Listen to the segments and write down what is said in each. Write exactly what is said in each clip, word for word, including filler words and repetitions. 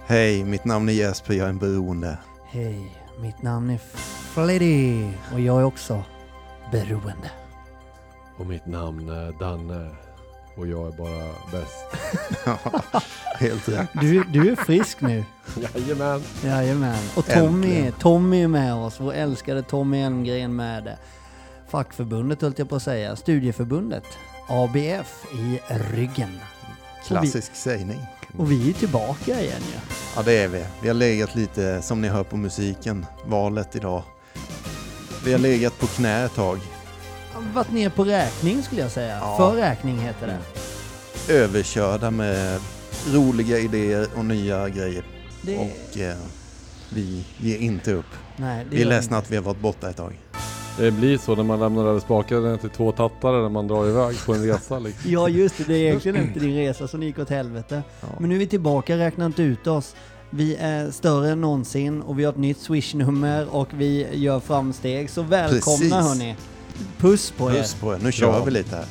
Hej, mitt namn är Jesper, jag är en beroende. Hej, mitt namn är Freddy och jag är också beroende. Och mitt namn är Danne och jag är bara bäst. Helt rätt. Du, du är frisk nu. Jajamän. Jajamän. Och Tommy, Äntligen. Tommy är med oss, vår älskade Tommy Elmgren med fackförbundet, höll jag på att säga, studieförbundet, A B F i ryggen. Klassisk sägning. Och vi är tillbaka igen ju. Ja. Ja, det är vi. Vi har legat lite, som ni hör på musiken, valet idag. Vi har legat på knä ett tag. Varit ner på räkning skulle jag säga. Ja. För räkning heter det. Överkörda med roliga idéer och nya grejer. det... Och eh, vi ger inte upp. Nej, det Vi är gör ledsna inte. att vi har varit borta ett tag. Det blir så när man lämnar över spakarna till två tattare när man drar iväg på en resa. Liksom. Ja just det, det är egentligen inte din resa som gick åt helvete. Ja. Men nu är vi tillbaka, räkna inte ut oss. Vi är större än någonsin och vi har ett nytt Swish-nummer och vi gör framsteg. Så välkomna Precis. hörni. Puss på er. Puss på er. Nu kör Bra. vi lite här.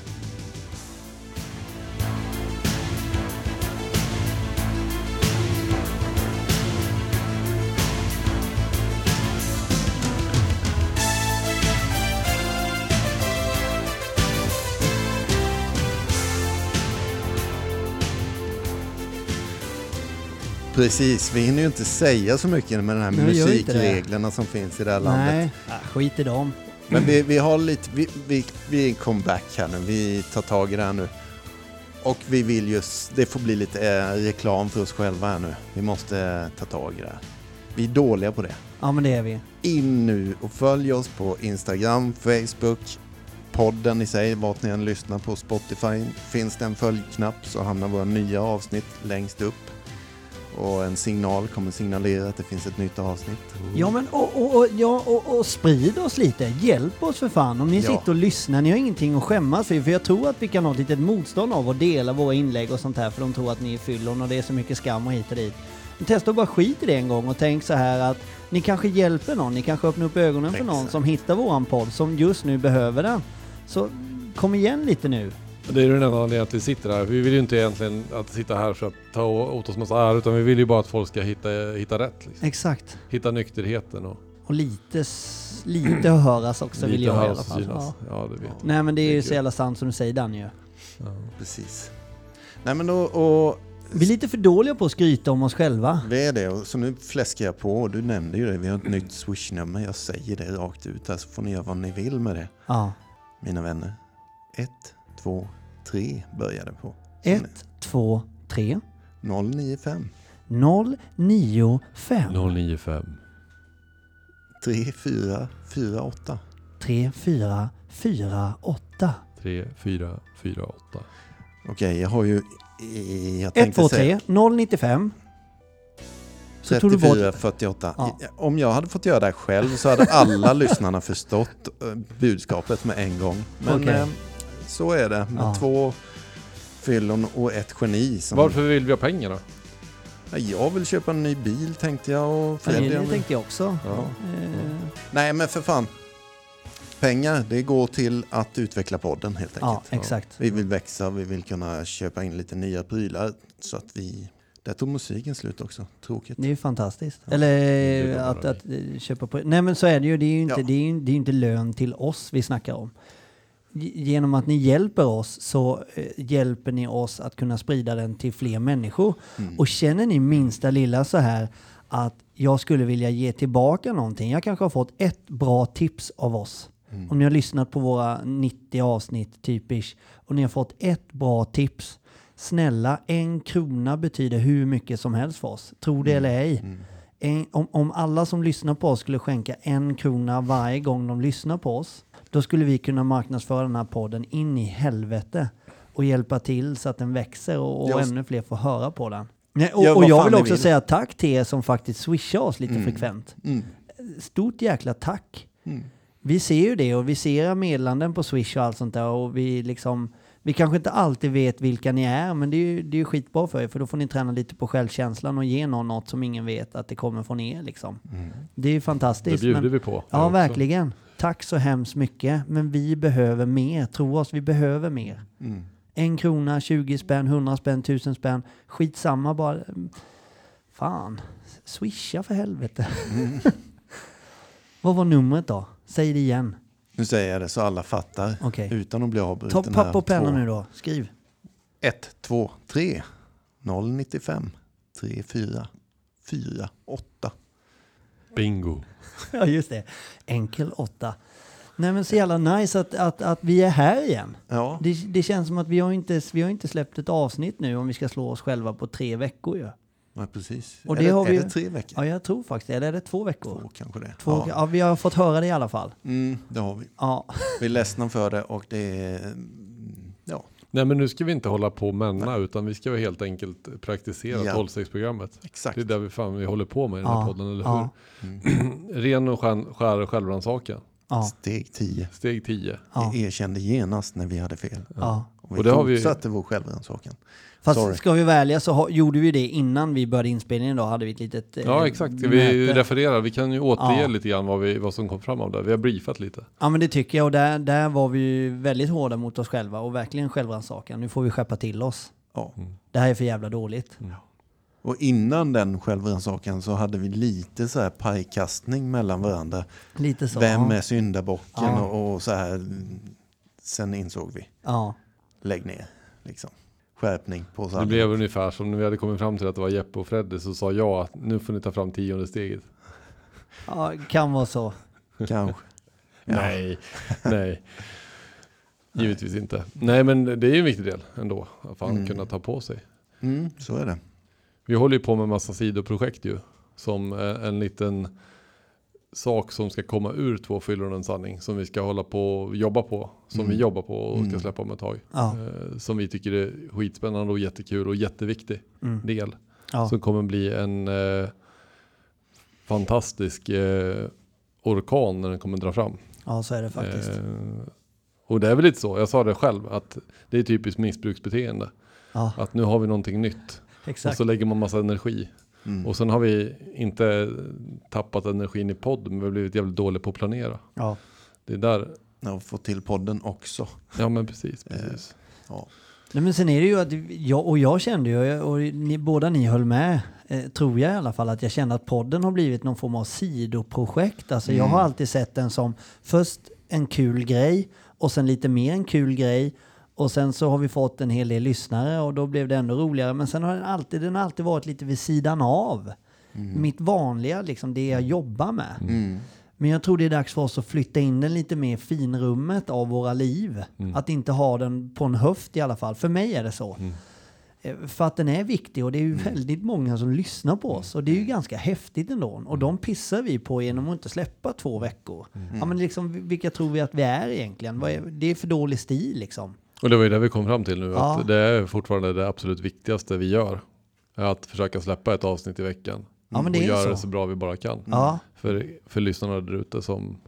Precis, vi hinner ju inte säga så mycket med de här Nej, vi gör inte det. musikreglerna som finns i det här landet. Nej, äh, skit i dem. Men vi, vi har lite, vi, vi, vi är en comeback här nu, vi tar tag i det här nu. Och vi vill just, det får bli lite eh, reklam för oss själva här nu. Vi måste eh, ta tag i det här. Vi är dåliga på det. Ja men det är vi. In nu och följ oss på Instagram, Facebook, podden i sig, vart ni än lyssnar på Spotify. Finns det en följknapp så hamnar våra nya avsnitt längst upp. Och en signal kommer signalera att det finns ett nytt avsnitt. Ja men och, och, och, ja, och, och sprid oss lite. Hjälp oss för fan. Om ni Ja. sitter och lyssnar, ni har ingenting att skämmas för. För jag tror att vi kan ha ett litet motstånd av att dela våra inlägg och sånt här. För de tror att ni är fyllon och det är så mycket skam och hit och dit. Men testa att bara skit i det en gång och tänk så här att ni kanske hjälper någon. Ni kanske öppnar upp ögonen för någon Exakt. som hittar våran podd som just nu behöver den. Så kom igen lite nu. Det är ju den enda anledningen att vi sitter här. Vi vill ju inte egentligen att sitta här för att ta åt oss massa ära, utan vi vill ju bara att folk ska hitta, hitta rätt. Liksom. Exakt. Hitta nykterheten och Och lite, s- lite höras också vill lite jag i alla höras fall. synas. Ja. Ja, det vet jag. Nej men det är Det är ju kul. så jävla sant som du säger Dan ju. Ja. Precis. Nej men då, och Vi är lite för dåliga på att skryta om oss själva. vi är det. Och så nu fläskar jag på. Och du nämnde ju det. Vi har ett nytt Swish-nummer. Jag säger det rakt ut här så får ni göra vad ni vill med det. Ja. Mina vänner. Ett, två, tre började på. ett, två, tre, noll nio fem noll, nio, fem, noll nio fem tre fyra fyra åtta. tre, fyra, fyra, åtta. tre fyra fyra åtta. Okej, jag har ju... Jag ett, tänkte två, säga tre, noll, nittiofem. Så tog du bort... trettiofyra fyrtioåtta. Ja. Om jag hade fått göra det här själv så hade alla lyssnarna förstått eh, budskapet med en gång. Men Okej. eh, så är det med Ja. två fyllon och ett geni. Som, Varför vill vi ha pengar då? Ja, jag vill köpa en ny bil tänkte jag. Och Ja, Freddy, det om- tänkte jag också. Ja. Eh, Nej men för fan. Pengar, det går till att utveckla podden helt ja, enkelt. exakt. Vi vill växa, vi vill kunna köpa in lite nya prylar så att vi... Där tog musiken slut också. Tråkigt. Det är ju fantastiskt. Ja. Eller Det är att, bara att eh, köpa på... Nej men så är det ju. Det är ju inte, Ja. det är ju, det är ju inte lön till oss vi snackar om. G- Genom att ni hjälper oss så eh, hjälper ni oss att kunna sprida den till fler människor. Mm. Och känner ni minsta lilla så här att jag skulle vilja ge tillbaka någonting. Jag kanske har fått ett bra tips av oss. Mm. Om ni har lyssnat på våra nittio avsnitt typiskt och ni har fått ett bra tips. Snälla, en krona betyder hur mycket som helst för oss. Tro det eller ej. Mm. En, om, om alla som lyssnar på oss skulle skänka en krona varje gång de lyssnar på oss, då skulle vi kunna marknadsföra den här podden in i helvete och hjälpa till så att den växer och, och Jag- ännu fler får höra på den. Nej, och Gör och vad jag fan vill ni också vill. säga tack till er som faktiskt swishar oss lite Mm. frekvent. Mm. Stort jäkla tack. Mm. Vi ser ju det och vi ser era meddelanden på Swish och allt sånt där och vi liksom, vi kanske inte alltid vet vilka ni är, men det är ju, det är ju skitbra för er för då får ni träna lite på självkänslan och ge någon något som ingen vet att det kommer från er liksom. Mm. Det är ju Det fantastiskt. bjuder men, vi på. ja, också. verkligen. Tack så hemskt mycket, men vi behöver mer. Tro oss, vi behöver mer. Mm. En krona, tjugo spänn, hundra spänn, tusen spänn. Skitsamma bara. Fan, swisha för helvete. Mm. Vad var numret då? Säg det igen. Nu säger jag det så alla fattar. Okej. Utan att bli avbruten. Ta papper och penna nu då. Skriv. ett, två, tre, noll nio fem, tre fyra, fyra åtta. Bingo. Ja, just det. Enkel åtta. Nej, men så jävla nice att, att, att vi är här igen. Ja, Det, det känns som att vi har, inte, vi har inte släppt ett avsnitt nu om vi ska slå oss själva på tre veckor. Ja, ja precis. Och är det det, har är vi- det tre veckor? ja jag tror faktiskt det. Eller är det två veckor? Två kanske det. Två, ja. Ja. vi har fått höra det i alla fall. Mm, det har vi. Ja, Vi är ledsna för det och det är... mm, Ja, Nej, men nu ska vi inte hålla på och männa, utan vi ska väl helt enkelt praktisera Ja. tolv-stegsprogrammet. exakt. Det är där vi, fan, vi håller på med i den här Ja. podden, eller ja, hur? Ren och skär, skär självrannsakan. ja, Steg tio. Steg tio. ja, Vi erkände genast när vi hade fel. ja. Och vi Och det har vi- fortsatte vår självrannsakan. Fast Sorry. ska vi vara ärliga så ha, gjorde vi det innan vi började inspelningen. Då hade vi ett litet eh, Ja, exakt. Vi möte. refererar. Vi kan ju återge Ja. lite grann vad, vi, vad som kom fram av det. Vi har briefat lite. Ja, men det tycker jag. Och där, där var vi ju väldigt hårda mot oss själva och verkligen självrannsakan. Nu får vi skärpa till oss. Ja. Det här är för jävla dåligt. Och innan den självrannsakan så hade vi lite så här pajkastning mellan varandra. Lite så. Vem ja. är syndabocken Ja. och, och så här. Sen insåg vi, Ja. lägg ner liksom. Skärpning på oss Det alla. blev ungefär som när vi hade kommit fram till att det var Jeppe och Freddy, så sa jag att nu får ni ta fram tionde steget. Ja, kan vara så. Kanske. Ja. Nej, nej. Givetvis inte. Nej, men det är ju en viktig del ändå. Att fan Mm. kunna ta på sig. Mm, så är det. Vi håller ju på med massa sidoprojekt ju. Som eh, en liten sak som ska komma ur två fyllor och en sanning. Som vi ska hålla på och jobba på. Som Mm. vi jobbar på och ska Mm. släppa om ett tag. Ja. Eh, som vi tycker är skitspännande och jättekul och jätteviktig Mm. del. Ja. Som kommer bli en eh, fantastisk eh, orkan när den kommer dra fram. ja, så är det faktiskt. Eh, och det är väl lite så, jag sa det själv, att det är typiskt missbruksbeteende. Ja, Att nu har vi någonting nytt. Och exakt. så lägger man massa energi. Mm. Och sen har vi inte tappat energin i podden, men vi har blivit jävligt dåliga på att planera. Ja. Det är där, Ja, få till podden också. ja men precis, Eh. precis. Ja. Nej, men sen är det ju att jag, och jag kände ju, och ni, båda ni höll med, eh, tror jag i alla fall, att jag kände att podden har blivit någon form av sidoprojekt. Alltså jag har alltid sett den som först en kul grej och sen lite mer en kul grej. Och sen så har vi fått en hel del lyssnare och då blev det ännu roligare. Men sen har den alltid, den har alltid varit lite vid sidan av. Mitt vanliga, liksom det jag jobbar med. Mm. Men jag tror det är dags för oss att flytta in den lite mer i finrummet av våra liv. Att inte ha den på en höft i alla fall. För mig är det så. Eh, För att den är viktig och det är ju väldigt många som lyssnar på oss. Och det är ju ganska häftigt ändå. Och de pissar vi på genom att inte släppa två veckor. Ja, men liksom, vilka tror vi att vi är egentligen? Vad är, det är för dålig stil liksom. Och det var ju det vi kom fram till nu, Ja. att det är fortfarande det absolut viktigaste vi gör. Är att försöka släppa ett avsnitt i veckan. Ja, men det och är göra så. det så bra vi bara kan. Ja. För, för lyssnarna där ute som,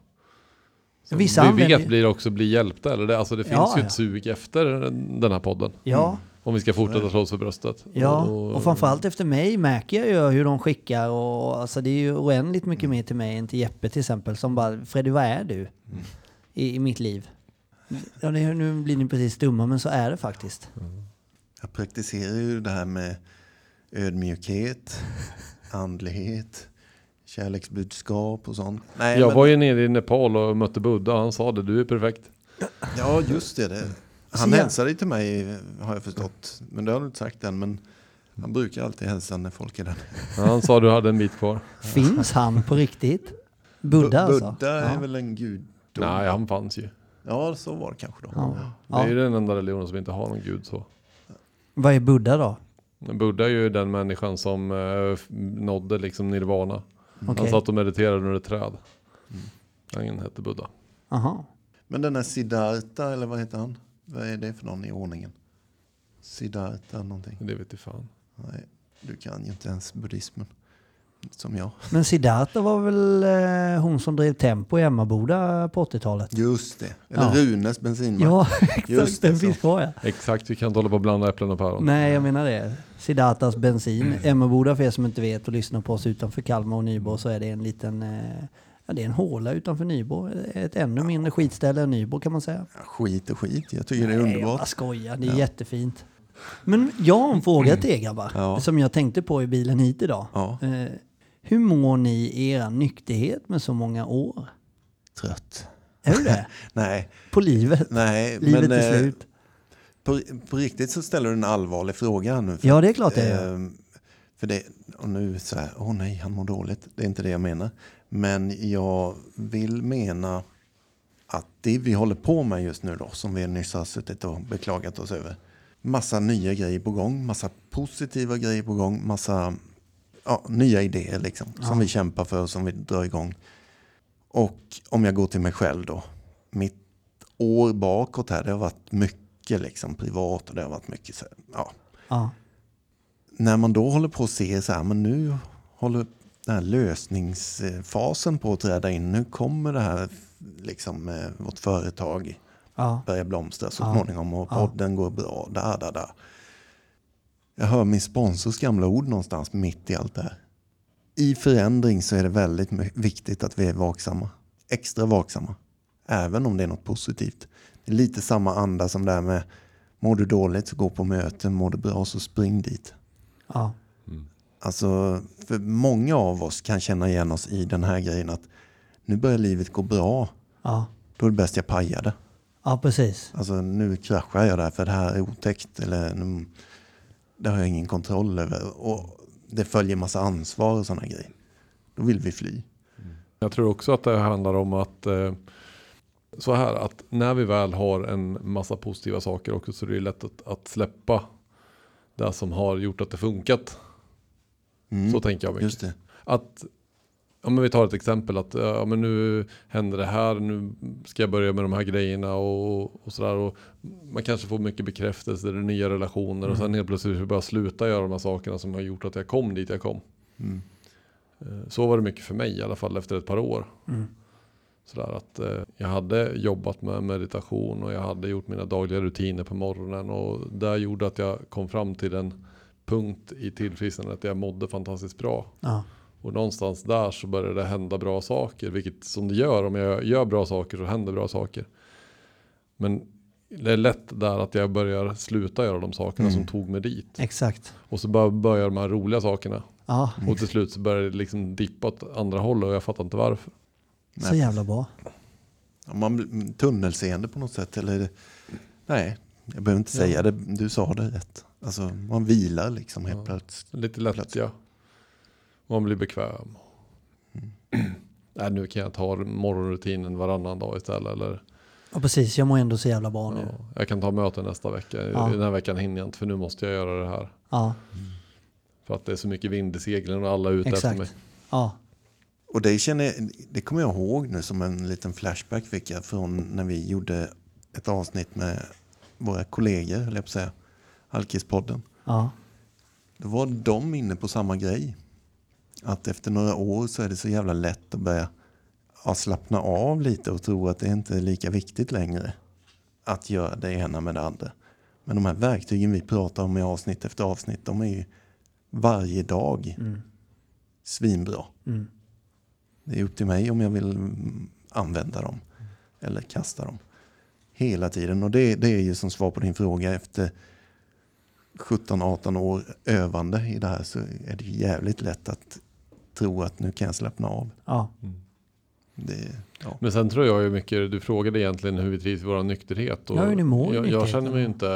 som Vissa vi använder- vet blir också bli hjälpta. Eller det, alltså det finns Ja, ju ja. ett sug efter den här podden. Ja. Om vi ska fortsätta slå oss för bröstet. Ja, och framförallt efter mig märker jag ju hur de skickar och alltså det är ju oändligt mycket mer till mig än till Jeppe till exempel som bara, Freddy vad är du i, i mitt liv? Ja, det, nu blir ni precis dumma men så är det faktiskt. Jag praktiserar ju det här med ödmjukhet, andlighet, kärleksbudskap och sånt. Nej, Jag men, var ju nere i Nepal och mötte Buddha. Han sa det, du är perfekt. Ja, just det. det. Han Så jag- hälsade till mig, har jag förstått. Men det har du inte sagt än. Men han brukar alltid hälsa när folk är där. Ja, han sa du hade en bit kvar. Finns han på riktigt? Buddha Bu- alltså? Buddha är Ja. väl en gudom? Nej, han fanns ju. Ja, så var det kanske då. Ja. Det är ju Ja. den enda religionen som inte har någon gud så. Vad är Buddha då? Men Buddha är ju den människan som eh, f- nådde liksom nirvana. Han Okej. satt och mediterade under ett träd. Han hette Buddha. Aha. Men den här Siddhartha, eller vad heter han? Vad är det för någon i ordningen? Siddhartha någonting? Det vet jag fan. Nej, du kan ju inte ens buddhismen. Som jag. Men Siddhartha var väl eh, hon som drev Tempo i Emmaboda på åttiotalet? Just det. Eller Ja. Runes bensinmack. Ja, exakt. Just det, Den så. finns kvar ja. Exakt, vi kan inte hålla på och blanda äpplen och päron. Nej, jag menar det. Siddharthas bensin. Emmaboda, för er som inte vet och lyssnar på oss utanför Kalmar och Nybro, så är det en liten... Eh, ja, det är en håla utanför Nybro. Ett ännu mindre skitställe än Nybro kan man säga. Ja, skit och skit. Jag tycker det är Nej, jag underbart. bara skojar. Det är Ja. jättefint. Men jag har en fråga till er grabbar, Ja. som jag tänkte på i bilen hit idag. Ja. Eh, hur mår ni i er nykterhet med så många år? Trött. Är du det? Nej, På livet? nej. Livet men, är eh, slut. På, på riktigt så ställer du en allvarlig fråga här nu. För, Ja, det är klart det är. eh, För det, och nu så här, åh nej, han mår dåligt. Det är inte det jag menar. Men jag vill mena att det vi håller på med just nu då, som vi nyss har suttit och beklagat oss över. Massa nya grejer på gång, massa positiva grejer på gång, massa ja, nya idéer liksom, Ja. som vi kämpar för och som vi drar igång. Och om jag går till mig själv då, mitt år bakåt här, det har varit mycket liksom privat och det har varit mycket så här, ja. Ja. När man då håller på att se så här, men nu håller den här lösningsfasen på att träda in. Nu kommer det här liksom med vårt företag Ja. börja blomstra så Ja. småningom och Ja. podden går bra. Där, där, där. Jag hör min sponsors gamla ord någonstans mitt i allt det här. I förändring så är det väldigt my- viktigt att vi är vaksamma. Extra vaksamma. Även om det är något positivt. Det är lite samma anda som där med mår du dåligt så gå på möten, mår du bra så spring dit. Ja. Alltså, för många av oss kan känna igen oss i den här grejen att nu börjar livet gå bra. Ja. Då är det bäst jag pajar det. Ja, precis. Alltså nu kraschar jag där för det här är otäckt. Eller nu, det har jag ingen kontroll över. Och det följer massa ansvar och sådana grejer. Då vill vi fly. Jag tror också att det handlar om att eh, så här att när vi väl har en massa positiva saker också så är det lätt att, att släppa det som har gjort att det funkat. Mm. Så tänker jag mycket. Just det. Att, ja, men vi tar ett exempel att ja, men nu händer det här, nu ska jag börja med de här grejerna och, och sådär. Och man kanske får mycket bekräftelse, det är nya relationer Mm. och sen helt plötsligt bara sluta göra de här sakerna som har gjort att jag kom dit jag kom. Mm. Eh, Så var det mycket för mig i alla fall efter ett par år. Mm. Sådär att eh, jag hade jobbat med meditation och jag hade gjort mina dagliga rutiner på morgonen och det gjorde att jag kom fram till en punkt i tillfrisknandet där jag mådde fantastiskt bra. Ja. Och någonstans där så började det hända bra saker, vilket som det gör om jag gör bra saker så händer bra saker. Men det är lätt där att jag börjar sluta göra de sakerna Mm. som tog mig dit. Exakt. Och så bara börjar de här roliga sakerna. Ja, Och till slut så börjar det liksom dippa åt andra håll och jag fattar inte varför. så jävla bra. Om man blir tunnelseende på något sätt. Eller det, nej, jag behöver inte Ja. säga det. Du sa det rätt. Alltså man vilar liksom helt Ja. plötsligt. Lite lätt, ja. Man blir bekväm. Nej, nu kan jag ta morgonrutinen varannan dag istället. Eller, Ja, precis. Jag mår ändå så jävla bra nu. ja, jag kan ta möten nästa vecka. Ja. Den här veckan hinner jag inte för nu måste jag göra det här. Ja, För att det är så mycket vind i seglen och alla är ute efter mig. exakt. Ja, Och det, känner, jag- det kommer jag ihåg nu som en liten flashback fick jag från när vi gjorde ett avsnitt med våra kollegor, höll jag på att säga, Alkispodden. ja, Då var de inne på samma grej. Att efter några år så är det så jävla lätt att börja ja, slappna av lite och tro att det inte är lika viktigt längre att göra det ena med det andra. Men de här verktygen vi pratar om i avsnitt efter avsnitt, de är ju varje dag mm. svinbra. Mm. Det är upp till mig om jag vill mm, använda dem eller kasta dem hela tiden. Och det, det är ju som svar på din fråga, efter sjutton arton år övande i det här så är det ju jävligt lätt att tro att nu kan jag slappna av. Ja, Det, ja. Men sen tror jag ju mycket, du frågade egentligen hur vi trivs i vår nykterhet. Och Ja, hur ni mår i jag, jag nykterheten. känner mig ju inte,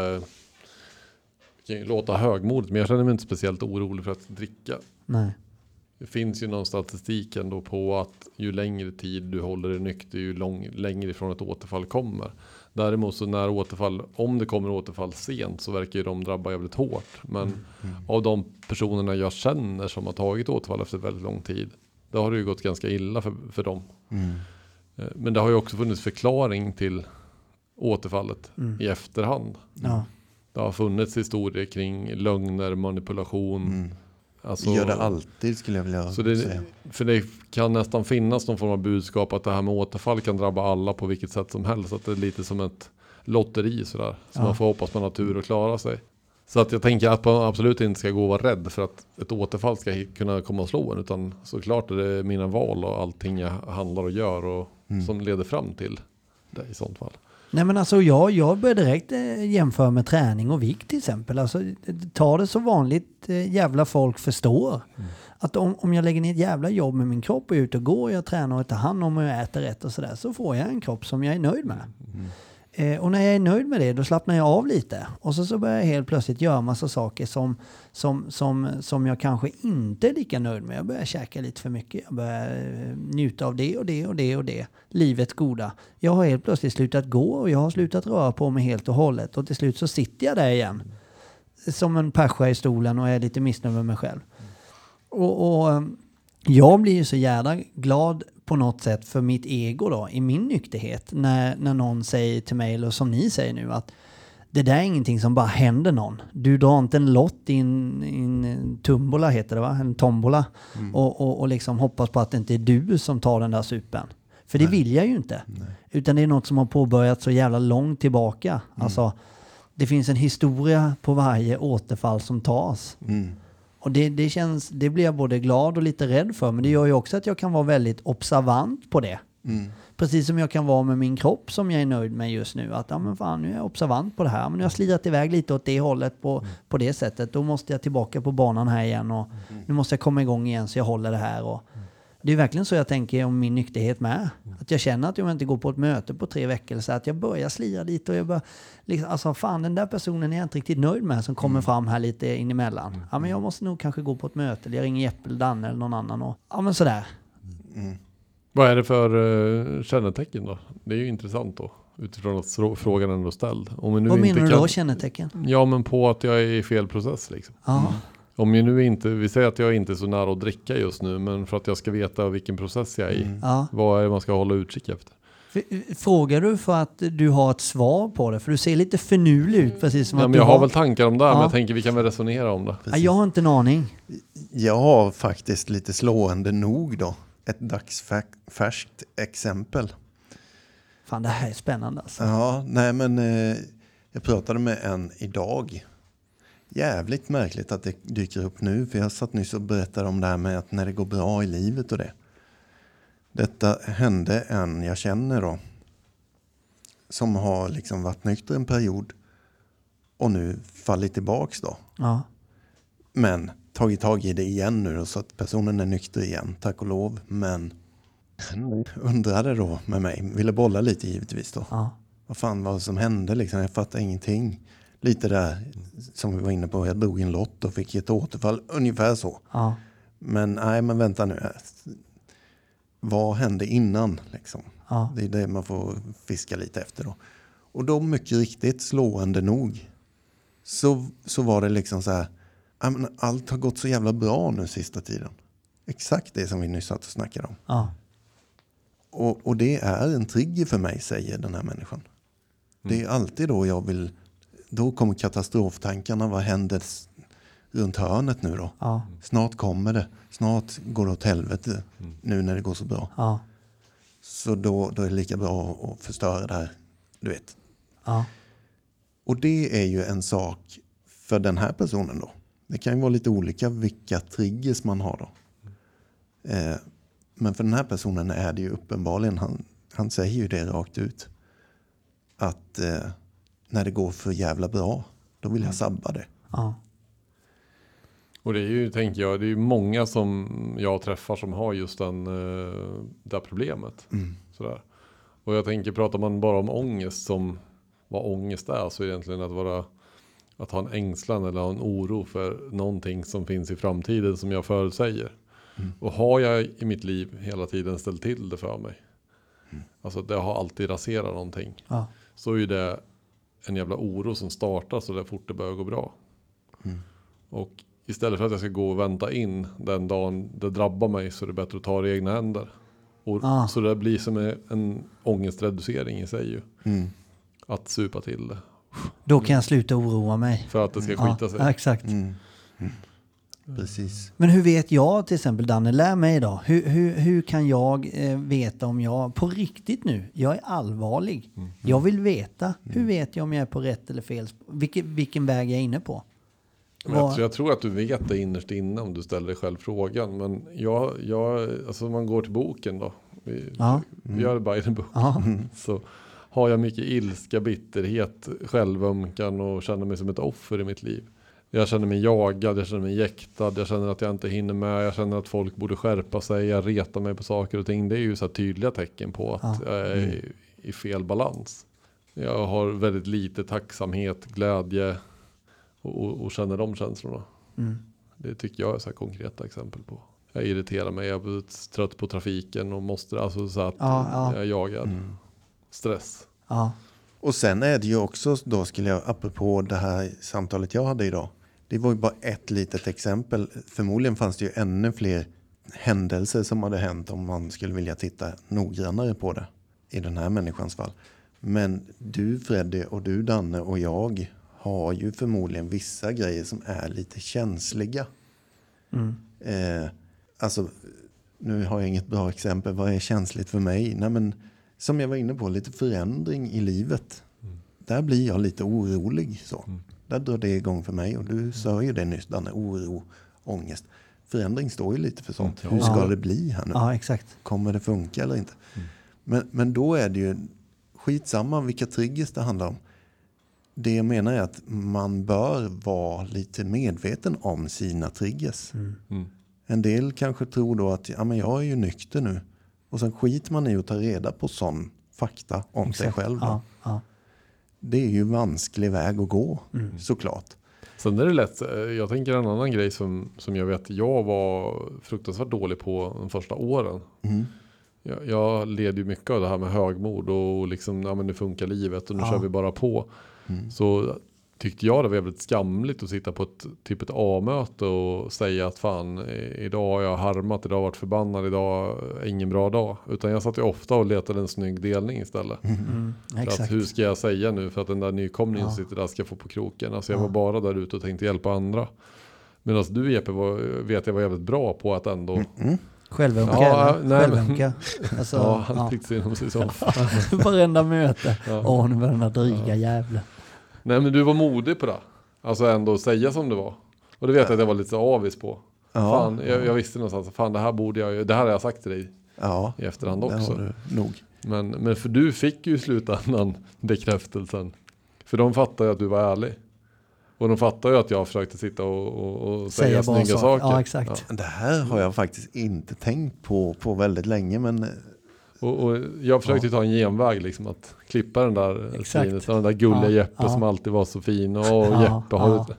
det kan ju låta högmodigt, men jag känner mig inte speciellt orolig för att dricka. nej. Det finns ju någon statistik ändå på att ju längre tid du håller dig nykter, ju lång, längre ifrån ett återfall kommer. Däremot så när återfall, om det kommer återfall sent så verkar ju de drabba jävligt hårt. Men Mm. av de personerna jag känner som har tagit återfall efter väldigt lång tid, då har det ju gått ganska illa för, för dem. Mm. Eh, Men det har ju också funnits förklaring till återfallet Mm. i efterhand. Ja, Det har funnits historier kring lögner, manipulation. Mm. Alltså, Gör det alltid skulle jag vilja så det, säga. för det kan nästan finnas någon form av budskap att det här med återfall kan drabba alla på vilket sätt som helst. Att det är lite som ett lotteri sådär. Så Ja. man får hoppas man har tur och klara sig. Så att jag tänker att man absolut inte ska gå och vara rädd för att ett återfall ska hi- kunna komma och slå en. Utan såklart är det mina val och allting jag handlar och gör och Mm. som leder fram till det i sånt fall. Nej men alltså jag, jag börjar direkt eh, jämföra med träning och vikt till exempel. Alltså ta det så vanligt eh, jävla folk förstår. Mm. Att om, om jag lägger ner ett jävla jobb med min kropp och är ute och går, jag tränar och tar hand om och jag äter rätt och sådär, så får jag en kropp som jag är nöjd med. Mm. Eh, och när jag är nöjd med det, då slappnar jag av lite. Och så, så börjar jag helt plötsligt göra massa saker som, som, som, som jag kanske inte är lika nöjd med. Jag börjar käka lite för mycket. Jag börjar eh, njuta av det och det och det och det. Livets goda. Jag har helt plötsligt slutat gå och jag har slutat röra på mig helt och hållet. Och till slut så sitter jag där igen. Som en pascha i stolen och är lite missnöjd med mig själv. Och, och jag blir ju så jävla glad på något sätt för mitt ego då, i min nykterhet, när, när någon säger till mig, eller som ni säger nu, att det där är ingenting som bara händer någon. Du drar inte en lott i en, i en tumbola, heter det va? En tombola. Mm. Och, och, och liksom hoppas på att det inte är du som tar den där supen. För det Nej. vill jag ju inte. Nej. Utan det är något som har påbörjat så jävla långt tillbaka. Mm. Alltså, det finns en historia på varje återfall som tas. Mm. Och det, det känns, det blir jag både glad och lite rädd för. Men det gör ju också att jag kan vara väldigt observant på det. Mm. Precis som jag kan vara med min kropp som jag är nöjd med just nu. Att ja, men fan, nu är jag observant på det här. Men nu har jag slirat iväg lite åt det hållet på, mm. på det sättet. Då måste jag tillbaka på banan här igen. Och mm. nu måste jag komma igång igen så jag håller det här. Och mm. det är verkligen så jag tänker om min nykterhet med. Mm. Att jag känner att jag inte går på ett möte på tre veckor. Så att jag börjar slira lite och jag börjar... Liksom, alltså fan, den där personen är jag inte riktigt nöjd med som kommer mm. fram här lite in emellan. Mm. Ja, men jag måste nog kanske gå på ett möte. Eller jag ringer Jeppe eller Danne eller någon annan. Och, ja, men sådär. Mm. Vad är det för uh, kännetecken då? Det är ju intressant då. Utifrån att frågan ändå ställd. Om nu Vad inte menar du kan... då, kännetecken? Ja, men på att jag är i fel process liksom. Ja. Mm. Om jag nu inte, vi säger att jag inte är så nära att dricka just nu, men för att jag ska veta vilken process jag är i. Mm. Ja. Vad är det man ska hålla utkik efter? Frågar du för att du har ett svar på det? För du ser lite förnulig ut. Precis som ja, att men du jag har... har väl tankar om det, ja. men jag tänker vi kan väl resonera om det. Ja, jag har inte en aning. Jag har faktiskt lite slående nog då. Ett dagsfärskt exempel. Fan, det här är spännande alltså. Ja, nej men eh, jag pratade med en idag. Jävligt märkligt att det dyker upp nu. För jag satt nyss och berättade om det här med att när det går bra i livet och det. Detta hände en jag känner då. Som har liksom varit nykter en period. Och nu fallit tillbaks då. Ja. Men tagit tag i det igen nu då, så att personen är nykter igen. Tack och lov. Men undrade då med mig. Ville bolla lite givetvis då. Ja. Vad fan var det som hände liksom? Jag fattar ingenting. Lite där som vi var inne på. Jag drog en lott och fick ett återfall. Ungefär så. Ja. Men nej, men vänta nu. Vad hände innan liksom? Ja. Det är det man får fiska lite efter då. Och då mycket riktigt slående nog. Så, så var det liksom så här. Allt har gått så jävla bra nu sista tiden. Exakt det som vi nyss satt och snackade om. Ja. Och, och det är en trigger för mig, säger den här människan. Mm. Det är alltid då jag vill... Då kommer katastroftankarna. Vad händer runt hörnet nu då? Ja. Snart kommer det. Snart går det åt helvete. Mm. Nu när det går så bra. Ja. Så då, då är det lika bra att förstöra det här. Du vet. Ja. Och det är ju en sak för den här personen då. Det kan ju vara lite olika vilka triggers man har då. Eh, men för den här personen är det ju uppenbarligen, han, han säger ju det rakt ut. Att eh, när det går för jävla bra, då vill jag sabba det. Ja. Och det är ju, tänker jag, det är ju många som jag träffar som har just den, det här problemet. Mm. Sådär. Och jag tänker, pratar man bara om ångest som vad ångest är, så är det egentligen att vara att ha en ängslan eller ha en oro för någonting som finns i framtiden som jag förutsäger. Mm. Och har jag i mitt liv hela tiden ställt till det för mig. Mm. Alltså det har alltid raserat någonting. Ja. Så är det en jävla oro som startar så där fort det börjar gå bra. Mm. Och istället för att jag ska gå och vänta in den dagen det drabbar mig, så är det bättre att ta det i egna händer. Och ah. så det blir som en ångestreducering i sig ju. Mm. Att supa till det. Då kan jag sluta oroa mig. För att det ska skita ja, sig. Ja, exakt. Mm. Mm. Precis. Men hur vet jag till exempel, Danne, lär mig då. Hur, hur, hur kan jag eh, veta om jag, på riktigt nu, jag är allvarlig. Mm. Jag vill veta. Mm. Hur vet jag om jag är på rätt eller fel? Vilken, vilken väg jag är inne på? Men jag, jag tror att du vet det innerst inne om du ställer dig själv frågan. Men jag, jag alltså man går till boken då. Vi, ja. vi gör det bara i en bok. Ja. Så har jag mycket ilska, bitterhet, självömkan och känner mig som ett offer i mitt liv. Jag känner mig jagad, jag känner mig jäktad, jag känner att jag inte hinner med, jag känner att folk borde skärpa sig, jag retar mig på saker och ting. Det är ju så här tydliga tecken på att ja. jag är i, i fel balans. Jag har väldigt lite tacksamhet, glädje och, och, och känner de känslorna. Mm. Det tycker jag är så här konkreta exempel på. Jag irriterar mig, jag blir trött på trafiken och måste, alltså så att ja, ja. jag är jagad. Mm. Stress. Ja. Och sen är det ju också, då skulle jag, apropå det här samtalet jag hade idag. Det var ju bara ett litet exempel. Förmodligen fanns det ju ännu fler händelser som hade hänt om man skulle vilja titta noggrannare på det i den här människans fall. Men du Freddy och du Danne och jag har ju förmodligen vissa grejer som är lite känsliga. Mm. Eh, alltså, nu har jag inget bra exempel. Vad är känsligt för mig? Nej, men som jag var inne på, lite förändring i livet. Mm. Där blir jag lite orolig. Så. Mm. Där drar det igång för mig. Och du sa ju det nyss, Danne, oro, ångest. Förändring står ju lite för sånt. Mm. Hur ska ja. det bli här nu? Ja, exakt. Kommer det funka eller inte? Mm. Men, men då är det ju skitsamma vilka triggers det handlar om. Det jag menar är att man bör vara lite medveten om sina triggers. Mm. Mm. En del kanske tror då att ja, men jag är ju nykter nu. Och sen skiter man i att ta reda på sån fakta om Exakt. sig själv. Ja, ja. Det är ju en vansklig väg att gå, mm. såklart. Sen är det lätt, jag tänker en annan grej som, som jag vet jag var fruktansvärt dålig på de första åren. Mm. Jag, jag led ju mycket av det här med högmod och liksom, ja men nu funkar livet och nu ja. kör vi bara på. Mm. Så tyckte jag det var väldigt skamligt att sitta på ett typ ett A-möte och säga att fan, idag har jag harmat, idag har jag varit förbannad, idag är ingen bra dag. Utan jag satt ju ofta och letade en snygg delning istället. Mm. Mm. Exakt. Att, hur ska jag säga nu för att den där nykomlingen ja. som sitter där ska få på kroken. Alltså jag ja. var bara där ute och tänkte hjälpa andra. Medan du Jeppe var, vet jag var jävligt bra på att ändå... Mm. Självömka ja, eller? Självömka. Alltså, ja, han ja. fick sig inom sig så. Varenda möte. Åh, ja. oh, nu var den där dryga ja. jävla. Nej, men du var modig på det. Alltså ändå säga som det var. Och det vet jag att jag var lite så avis på. Ja. Fan, jag, jag visste någonstans. Fan, det här borde jag ju... Det här har jag sagt till dig ja. i efterhand också. Det har du nog. Men, men för du fick ju i slutändan bekräftelsen. För de fattar ju att du var ärlig. Och de fattar ju att jag försökte sitta och, och, och säga, säga snygga saker. Ja, exakt. Ja. Det här har jag faktiskt inte tänkt på på väldigt länge, men... Och, och jag försökte ja. ta en genväg liksom, att klippa den där svinet, den där gulliga ja. Jeppe ja. som alltid var så fin. Och ja. Jeppe har ja.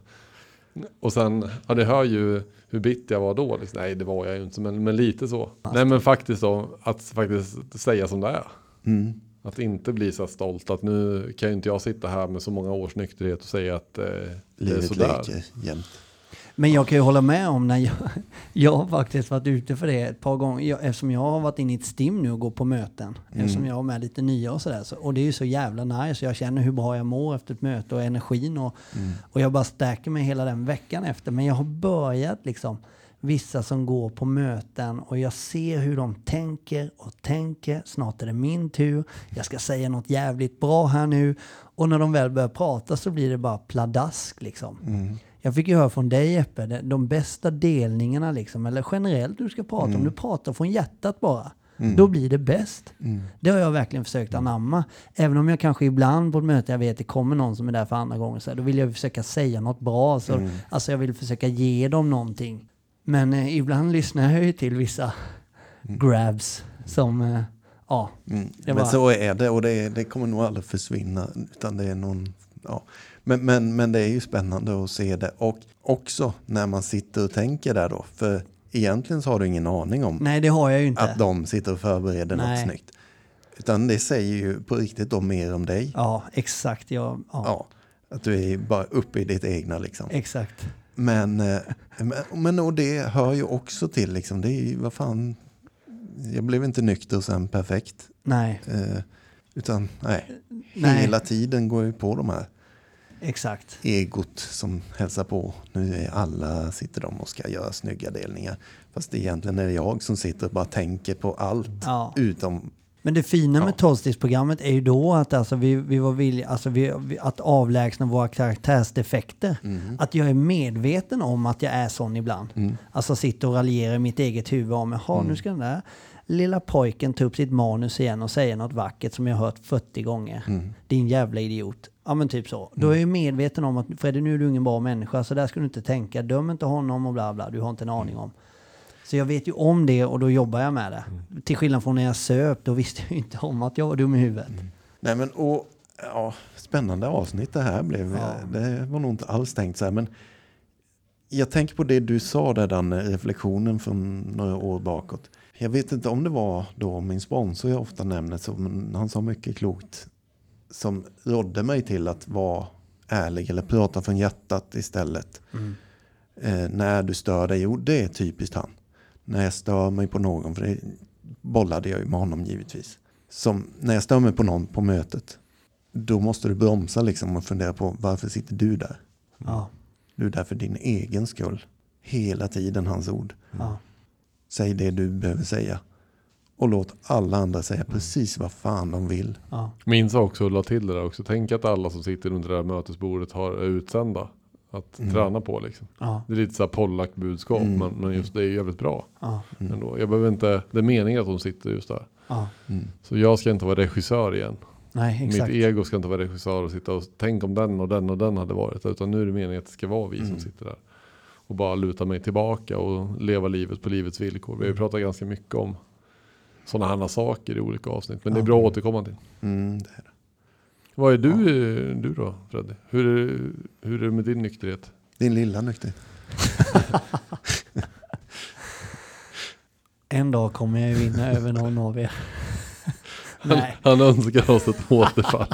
Och sen, ja det hör ju hur bitter jag var då. Liksom. Nej, det var jag ju inte, men, men lite så. Ja. Nej, men faktiskt då, att faktiskt säga som det är. Mm. Att inte bli så stolt att nu kan ju inte jag sitta här med så många års nykterhet och säga att eh, det är sådär. Leker jämt. Men jag kan ju hålla med om när jag, jag har faktiskt varit ute för det ett par gånger. Jag, eftersom jag har varit inne i ett stim nu och går på möten. Mm. Eftersom jag har med lite nya och sådär. Så, och det är ju så jävla nice. Jag känner hur bra jag mår efter ett möte och energin. Och, mm. och jag bara stärker mig hela den veckan efter. Men jag har börjat liksom... Vissa som går på möten och jag ser hur de tänker och tänker. Snart är det min tur. Jag ska säga något jävligt bra här nu. Och när de väl börjar prata så blir det bara pladask liksom. Mm. Jag fick ju höra från dig Jeppe, de bästa delningarna liksom, eller generellt du ska prata mm. om. Du pratar från hjärtat bara. Mm. Då blir det bäst. Mm. Det har jag verkligen försökt anamma. Även om jag kanske ibland på ett möte, jag vet det kommer någon som är där för andra gånger. Så här, då vill jag försöka säga något bra. Så, mm. Alltså jag vill försöka ge dem någonting. Men eh, ibland lyssnar jag ju till vissa mm. grabs som, eh, ja. Mm. Men bara... så är det och det, det kommer nog aldrig försvinna utan det är någon, ja. Men, men, men det är ju spännande att se det och också när man sitter och tänker där då, för egentligen så har du ingen aning om Nej, det har jag ju inte. Att de sitter och förbereder Nej. något snyggt. Utan det säger ju på riktigt då mer om dig. Ja, exakt. Ja, ja. ja att du är bara uppe i ditt egna liksom. Exakt. Men, men, men och det hör ju också till liksom, det är ju, vad fan, jag blev inte nykter sen perfekt. Nej. Eh, utan nej, nej, hela tiden går ju på de här. Exakt. Egot som hälsar på. Nu är alla, sitter de och ska göra snygga delningar. Fast egentligen är det jag som sitter och bara tänker på allt ja. utom... Men det fina med ja. tolvstegsprogrammet är ju då att alltså vi, vi var villiga alltså vi, vi, att avlägsna våra karaktärsdefekter. Mm. Att jag är medveten om att jag är sån ibland. Mm. Alltså sitter och raljerar i mitt eget huvud om, jaha mm. nu ska den där. lilla pojken tar upp sitt manus igen och säger något vackert som jag har hört fyrtio gånger. Mm. Din jävla idiot. Ja men typ så. Då är jag medveten om att Freddy, nu är du ingen bra människa, så där ska du inte tänka. Döm inte honom och bla bla. Du har inte en aning om. Så jag vet ju om det och då jobbar jag med det. Mm. Till skillnad från när jag söp, då visste jag ju inte om att jag var dum i huvudet. Mm. Nej men och ja, spännande avsnitt det här blev. Ja. Det var nog inte alls tänkt så här, men jag tänker på det du sa där, den reflektionen från några år bakåt. Jag vet inte om det var då min sponsor jag ofta nämner, så, men han sa mycket klokt som rådde mig till att vara ärlig eller prata från hjärtat istället. Mm. Eh, när du stör dig, jo det är typiskt han. När jag stör mig på någon, för det bollade jag ju med honom givetvis. Som när jag stör mig på någon på mötet, då måste du bromsa liksom och fundera på varför sitter du där? Ja. Du är där för din egen skull. Hela tiden hans ord. Ja. Säg det du behöver säga. Och låt alla andra säga precis vad fan de vill. Ja. Minns också och la till det där också. Tänk att alla som sitter under det här mötesbordet har är utsända. Att mm. träna på liksom. Ja. Det är lite så här pollakt budskap. Mm. Men, men just det är jävligt bra. Ja. Mm. Ändå. Jag behöver inte, det är meningen att de sitter just där. Ja. Mm. Så jag ska inte vara regissör igen. Nej, exakt. Mitt ego ska inte vara regissör och sitta och tänk om den och den och den hade varit. Utan nu är det meningen att det ska vara vi mm. som sitter där. Och bara luta mig tillbaka och leva livet på livets villkor. Vi har ju pratat ganska mycket om sådana här saker i olika avsnitt. Men ja. Det är bra att återkomma till. Mm, det är det. Vad är du, ja. du då, Freddy? Hur är, hur är det med din nykterhet? Din lilla nykterhet. En dag kommer jag ju vinna över någon av er. Nej. Han, han önskar oss ett återfall.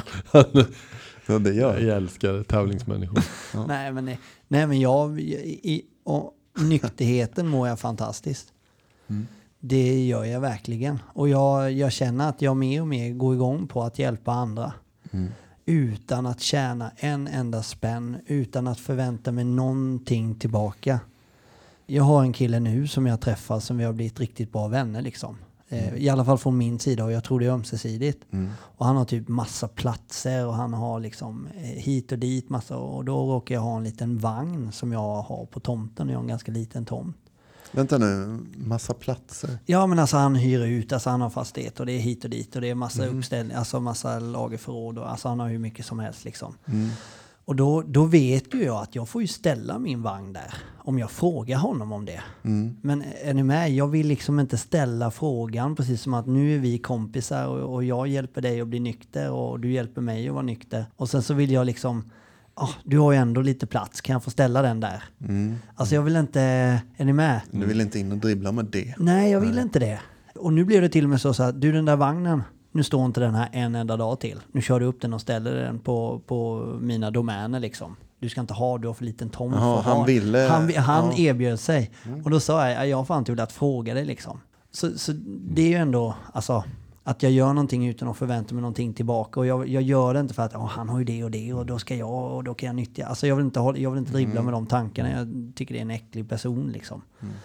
Ja, det gör. Jag älskar tävlingsmänniskor. Ja. Nej, men, nej, men jag i, och nykterheten mår jag fantastiskt. Mm. Det gör jag verkligen. Och jag, jag känner att jag mer och mer går igång på att hjälpa andra. Mm. Utan att tjäna en enda spänn. Utan att förvänta mig någonting tillbaka. Jag har en kille nu som jag träffar som vi har blivit riktigt bra vänner liksom. Mm. I alla fall från min sida, och jag tror det är ömsesidigt. Mm. Och han har typ massa platser och han har liksom hit och dit massa, och då råkar jag ha en liten vagn som jag har på tomten, och jag har en ganska liten tomt. Vänta nu, massa platser? Ja men alltså han hyr ut, alltså han har fastighet och det är hit och dit och det är massa mm. uppställningar, alltså massa lagerförråd och alltså han har hur mycket som helst liksom. Mm. Och då, då vet ju jag att jag får ju ställa min vagn där om jag frågar honom om det. Mm. Men är ni med? Jag vill liksom inte ställa frågan precis som att nu är vi kompisar och, och jag hjälper dig att bli nykter och du hjälper mig att vara nykter. Och sen så vill jag liksom, oh, du har ju ändå lite plats, kan jag få ställa den där? Mm. Alltså jag vill inte, är ni med? Du vill inte in och dribbla med det? Nej, jag vill Nej. inte det. Och nu blev det till och med så, så att du, den där vagnen, nu står inte den här en enda dag till. Nu kör du upp den och ställer den på, på mina domäner liksom. Du ska inte ha, du har för liten tomt. Jaha, han ville... Han, han ja. erbjöd sig. Mm. Och då sa jag, jag har fan inte velat fråga dig liksom. Så, så det är ju ändå, alltså, att jag gör någonting utan att förvänta mig någonting tillbaka. Och jag, jag gör det inte för att oh, han har ju det och det och då ska jag och då kan jag nyttja. Alltså jag vill inte, ha, jag vill inte dribbla mm. med de tankarna. Jag tycker det är en äcklig person liksom.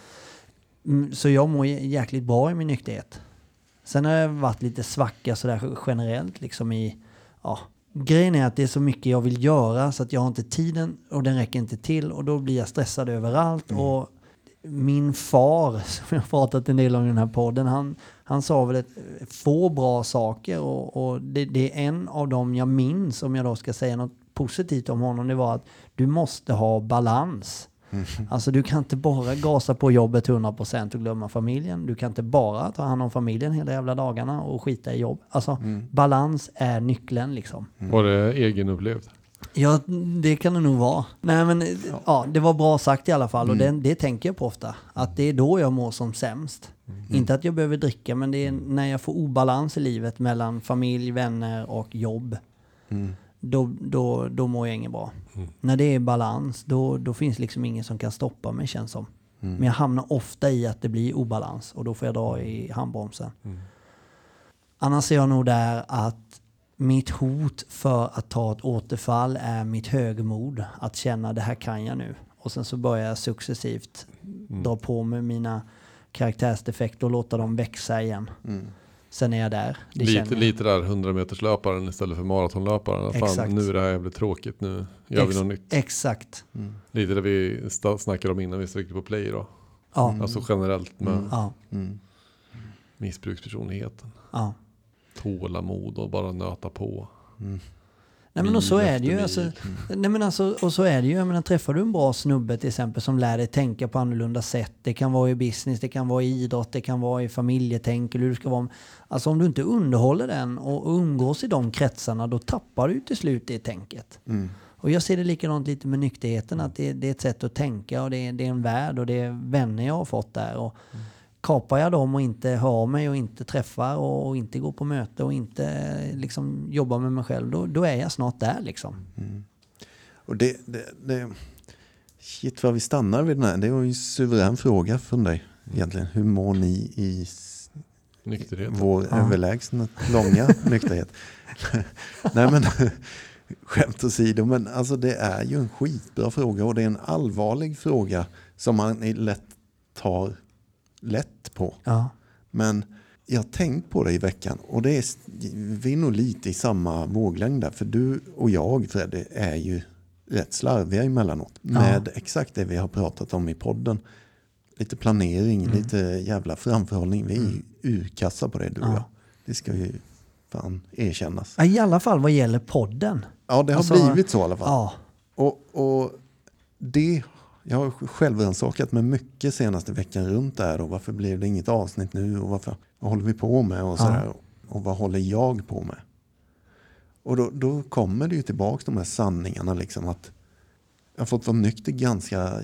Mm. Så jag mår jäkligt bra i min nykterhet. Sen har jag varit lite svacka sådär generellt liksom i, ja, grejen är att det är så mycket jag vill göra så att jag har inte tiden och den räcker inte till och då blir jag stressad överallt. Mm. Och min far, som jag har pratat en del om i den här podden, han, han sa väl ett, få bra saker och, och det, det är en av dem jag minns, om jag då ska säga något positivt om honom, det var att du måste ha balans. Mm. Alltså du kan inte bara gasa på jobbet hundra procent och glömma familjen. Du kan inte bara ta hand om familjen hela jävla dagarna och skita i jobb. Alltså mm. balans är nyckeln liksom. Mm. Var det egenupplevt? Ja, det kan det nog vara. Nej men ja, ja det var bra sagt i alla fall. Mm. Och det, det tänker jag på ofta. Att det är då jag mår som sämst. Mm. Inte att jag behöver dricka, men det är när jag får obalans i livet mellan familj, vänner och jobb. Mm. Då, då, då mår jag inget bra. Mm. När det är balans, då, då finns liksom ingen som kan stoppa mig, känns som. Mm. Men jag hamnar ofta i att det blir obalans och då får jag dra i handbromsen. Mm. Annars är jag nog där att mitt hot för att ta ett återfall är mitt högmod. Att känna det här kan jag nu. Och sen så börjar jag successivt mm. dra på med mina karaktärsdefekter och låta dem växa igen. Mm. Sen är jag där. Det lite, lite där hundra meters löparen istället för maratonlöparen. Fan, nu är det här jävligt tråkigt. Nu gör Ex- vi något nytt. Exakt. Mm. Lite det vi st- snackade om innan vi tryckte på play då. Ja. Alltså generellt med... Mm. Ja. Mm. missbrukspersonligheten. Ja. Tålamod och bara nöta på. Mm. Nej men och så Mil är det ju. efter Alltså, mil. nej men alltså, och så är det ju. Jag menar, träffar du en bra snubbe till exempel som lär dig tänka på annorlunda sätt. Det kan vara i business, det kan vara i idrott, det kan vara i familjetänk. Eller hur du ska vara. Alltså om du inte underhåller den och umgås i de kretsarna, då tappar du till slut det tänket. Mm. Och jag ser det likadant lite med nykterheten. Att det, det är ett sätt att tänka och det är, det är en värld och det är vänner jag har fått där. Och Mm. kapar jag dem och inte hör av mig och inte träffar och, och inte går på möte och inte liksom jobbar med mig själv, då, då är jag snart där liksom. Mm. Och det, det, det... Shit, vad vi stannar vid den här. Det var ju en suverän fråga från dig egentligen. Hur mår ni i Nykterhet. vår Ja. överlägsna långa nykterhet? Nej men, skämt åsido, men alltså det är ju en skitbra fråga och det är en allvarlig fråga som man lätt tar lätt på. Ja. Men jag har tänkt på det i veckan och det är, vi är nog lite i samma våglängd där, för du och jag, Freddy, är ju rätt slarviga emellanåt med exakt det vi har pratat om i podden. Lite planering, Mm. lite jävla framförhållning. Vi är ju urkassa på det, du och Ja. jag. Det ska ju fan erkännas. Ja, i alla fall vad gäller podden. Ja, det har Alltså, blivit så i alla fall. Ja. Och, och det, jag har själv ransakat med mycket senaste veckan runt där. Och varför blev det inget avsnitt nu? Och varför, vad håller vi på med? Och, så Ja. där, och vad håller jag på med? Och då, då kommer det ju tillbaka de här sanningarna liksom att jag har fått vara nykter ganska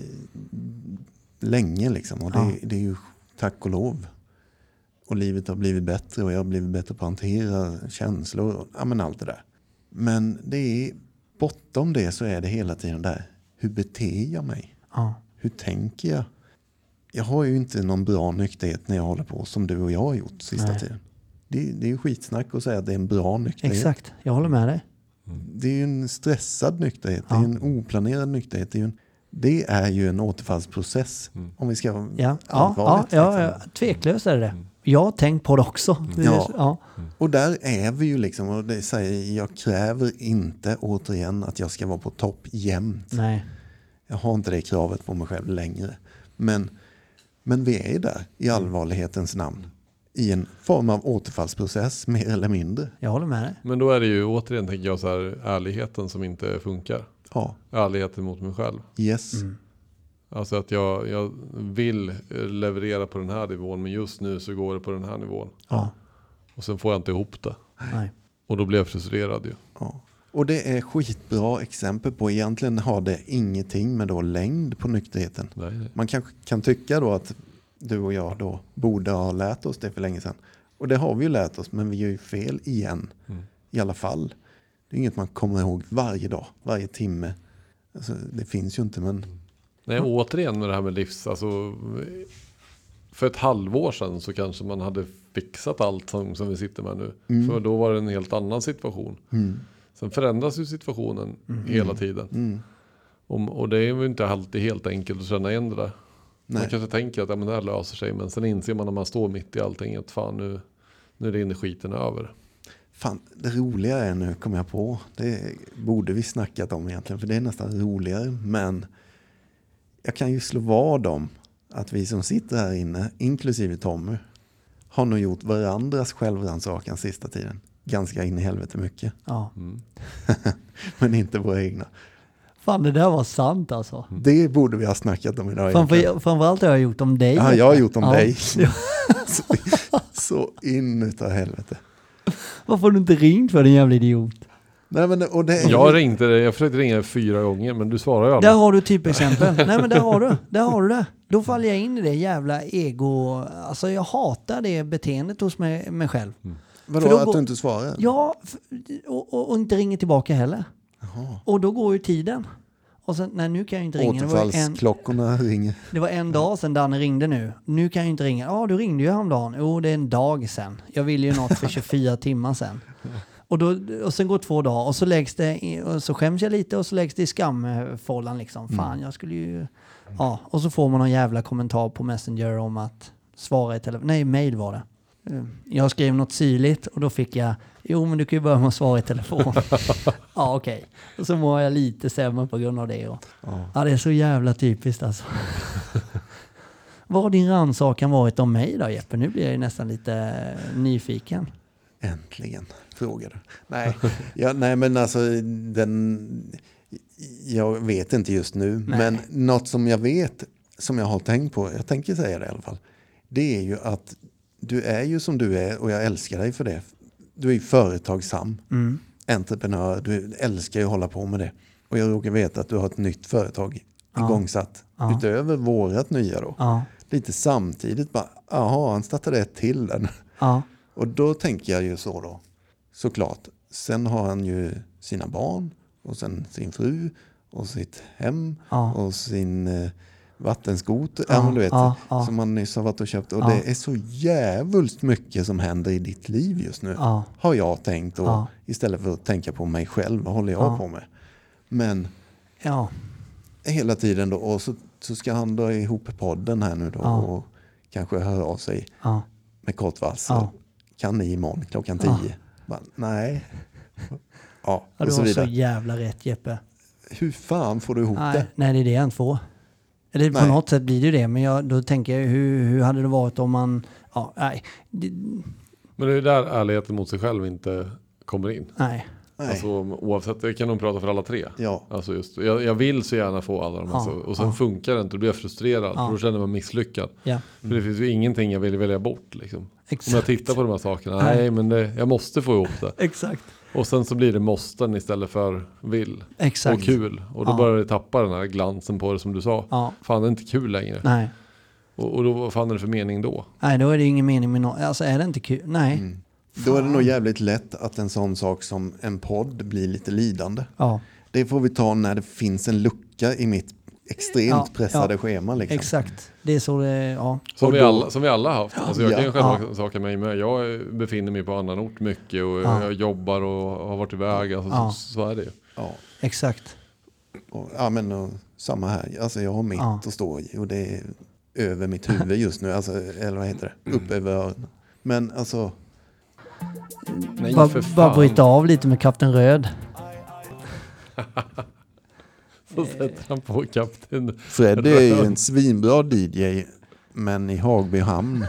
länge liksom. Och det, Ja. det är ju tack och lov. Och livet har blivit bättre och jag har blivit bättre på att hantera känslor och ja, men allt det där. Men det är, bortom det så är det hela tiden där. Hur beter jag mig? Ja. Hur tänker jag? Jag har ju inte någon bra nykterhet när jag håller på som du och jag har gjort sista Nej. tiden. Det, det är ju skitsnack att säga att det är en bra nykterhet. Exakt, jag håller med dig. Det är ju en stressad nykterhet. Ja. Det är en oplanerad nykterhet. Det är ju en, det är ju en återfallsprocess. Mm. Om vi ska vara Ja, ja, ja, allvarligt. ja, liksom. ja, tveklöst är det det. Jag har tänkt på det också. Det är- Ja. Ja. Och där är vi ju liksom. Och det säger, jag kräver inte återigen att jag ska vara på topp jämt. Nej. Jag har inte det kravet på mig själv längre. Men, men vi är där i allvarlighetens namn. I en form av återfallsprocess, mer eller mindre. Jag håller med dig. Men då är det ju återigen, tänker jag, så här, ärligheten som inte funkar. Ja, Ärligheten mot mig själv. yes. Mm. Alltså att jag, jag vill leverera på den här nivån, men just nu så går det på den här nivån. Ja. Och sen får jag inte ihop det. Nej. Och då blir jag frustrerad ju. Ja. Och det är skitbra exempel på, egentligen har det ingenting med då längd på nykterheten. Nej, nej. Man kanske kan tycka då att du och jag då borde ha lärt oss det för länge sedan. Och det har vi ju lärt oss, men vi gör ju fel igen. Mm. I alla fall. Det är inget man kommer ihåg varje dag, varje timme. Alltså, det finns ju inte, men... Nej, återigen med det här med livs... Alltså, för ett halvår sedan så kanske man hade fixat allt som, som vi sitter med nu. Mm. För då var det en helt annan situation. Mm. Sen förändras ju situationen hela tiden. Mm. Och, och det är ju inte alltid helt enkelt att känna igen det där. Man Nej. kanske tänker att ja, men det här löser sig. Men sen inser man när man står mitt i allting att fan nu, nu är det inne skiten över. Fan, det roliga är nu, kommer jag på. Det borde vi snackat om egentligen, för det är nästan roligare. Men jag kan ju slå vad om att vi som sitter här inne, inklusive Tommy, har nog gjort varandras självrannsakan sista tiden. Ganska in i helvete mycket. Ja. Mm. Men inte våra egna. Fan, det där var sant alltså. Det borde vi ha snackat om idag. egentligen. Framför, framförallt har jag gjort om dig. Ja, jag har gjort om Ja. dig. så, så in utav helvete. Varför har du inte ringt för din jävla idiot? Nej, men, och det är Jag ringde dig, jag försökte ringa dig fyra gånger men du svarar ju Där aldrig. har du typexempel. Nej men där har du. Där har du det. Då faller jag in i det jävla ego. Alltså jag hatar det beteendet hos mig, mig själv. Vadå, för då att går- du inte svarar? Ja, f- och, och, och inte ringer tillbaka heller. Jaha. Och då går ju tiden. Och sen, nej nu kan jag inte ringa. Det var, en, Återfallsklockorna ringer. det var en dag sedan Danne ringde nu. Nu kan jag inte ringa. Ja, du ringde ju häromdagen. Jo, det är en dag sedan. Jag vill ju något för tjugofyra timmar sedan. Och, då, och sen går två dagar och så läggs det i, och så skäms jag lite och så läggs det i skamfållan liksom. Fan, jag skulle ju... Ja, och så får man någon jävla kommentar på Messenger om att svara i telefon. Nej, mail var det. Jag skrev något syrligt och då fick jag, jo men du kan ju börja med att svara i telefon. Ja, okej. Okay. Och så mår jag lite sämre på grund av det. Och, Ja. ja, det är så jävla typiskt alltså. Vad har din rannsakan varit om mig då, Jeppe? Nu blir jag ju nästan lite nyfiken. Äntligen, frågar du. Nej, ja, nej men alltså den... Jag vet inte just nu, nej. Men något som jag vet, som jag har tänkt på, jag tänker säga det i alla fall, det är ju att du är ju som du är och jag älskar dig för det. Du är ju företagsam, mm. entreprenör, du älskar ju att hålla på med det. Och jag råkar veta att du har ett nytt företag ja. igångsatt, ja. utöver vårat nya då. Ja. Lite samtidigt, bara, jaha, han startade ett till den. Ja. Och då tänker jag ju så då, såklart. Sen har han ju sina barn och sen sin fru och sitt hem ja. och sin eh, vattenskoter ja, ja, du vet, ja, ja. som man nyss har varit och köpt. Och ja. det är så jävligt mycket som händer i ditt liv just nu. Ja. Har jag tänkt. Och ja. istället för att tänka på mig själv, vad håller jag ja. på med? Men ja. hela tiden då. Och så, så ska han dra ihop podden här nu då. Ja. Och kanske höra av sig ja. med kort varsel. Ja. Kan ni imorgon klockan tio? Ja. Bara, nej. Ja, ja, du har så jävla rätt, Jeppe. Hur fan får du ihop nej, det? Nej, det är det jag inte får. Eller nej. På något sätt blir det ju det. Men jag, då tänker jag, hur, hur hade det varit om man... Ja, nej. Det... Men det är där ärligheten mot sig själv inte kommer in. Nej. Alltså, oavsett, jag kan nog prata för alla tre. Ja. Alltså just, jag, jag vill så gärna få alla de här. Ja. Så, och sen ja. funkar det inte, då blir jag frustrerad. Ja. För då känner jag mig misslyckad. Ja. För det finns ju ingenting jag vill välja bort. Liksom. Om jag tittar på de här sakerna, nej, nej men det, jag måste få ihop det. Exakt. Och sen så blir det måsten istället för vill. Exakt. Och kul. Och då ja. börjar det tappa den här glansen på det som du sa. Ja. Fan, det är inte kul längre. Nej. Och, och då, vad fan är det för mening då? Nej, då är det ingen mening med något. Alltså är det inte kul? Nej. Mm. Då är det nog jävligt lätt att en sån sak som en podd blir lite lidande. Ja. Det får vi ta när det finns en lucka i mitt extremt ja, pressade ja. schema. Liksom. Exakt. Det är så det, ja. Som, vi, då, alla, som vi alla har haft. Alltså jag ja. kan ju själva ja. saka mig med. Jag befinner mig på annan ort mycket och ja. jag jobbar och har varit iväg. Alltså, ja. så, så är det ju. Ja. Exakt. Och, ja, men och, samma här. Alltså jag har mitt ja. att stå i och det är över mitt huvud just nu. Alltså, eller vad heter det? Upp över öronen. Men alltså... Nej, bara, bara bryta av lite med Kapten Röd. Så sätter han på Kapten Fred är ju en svinbra D J, men i Hagby hamn.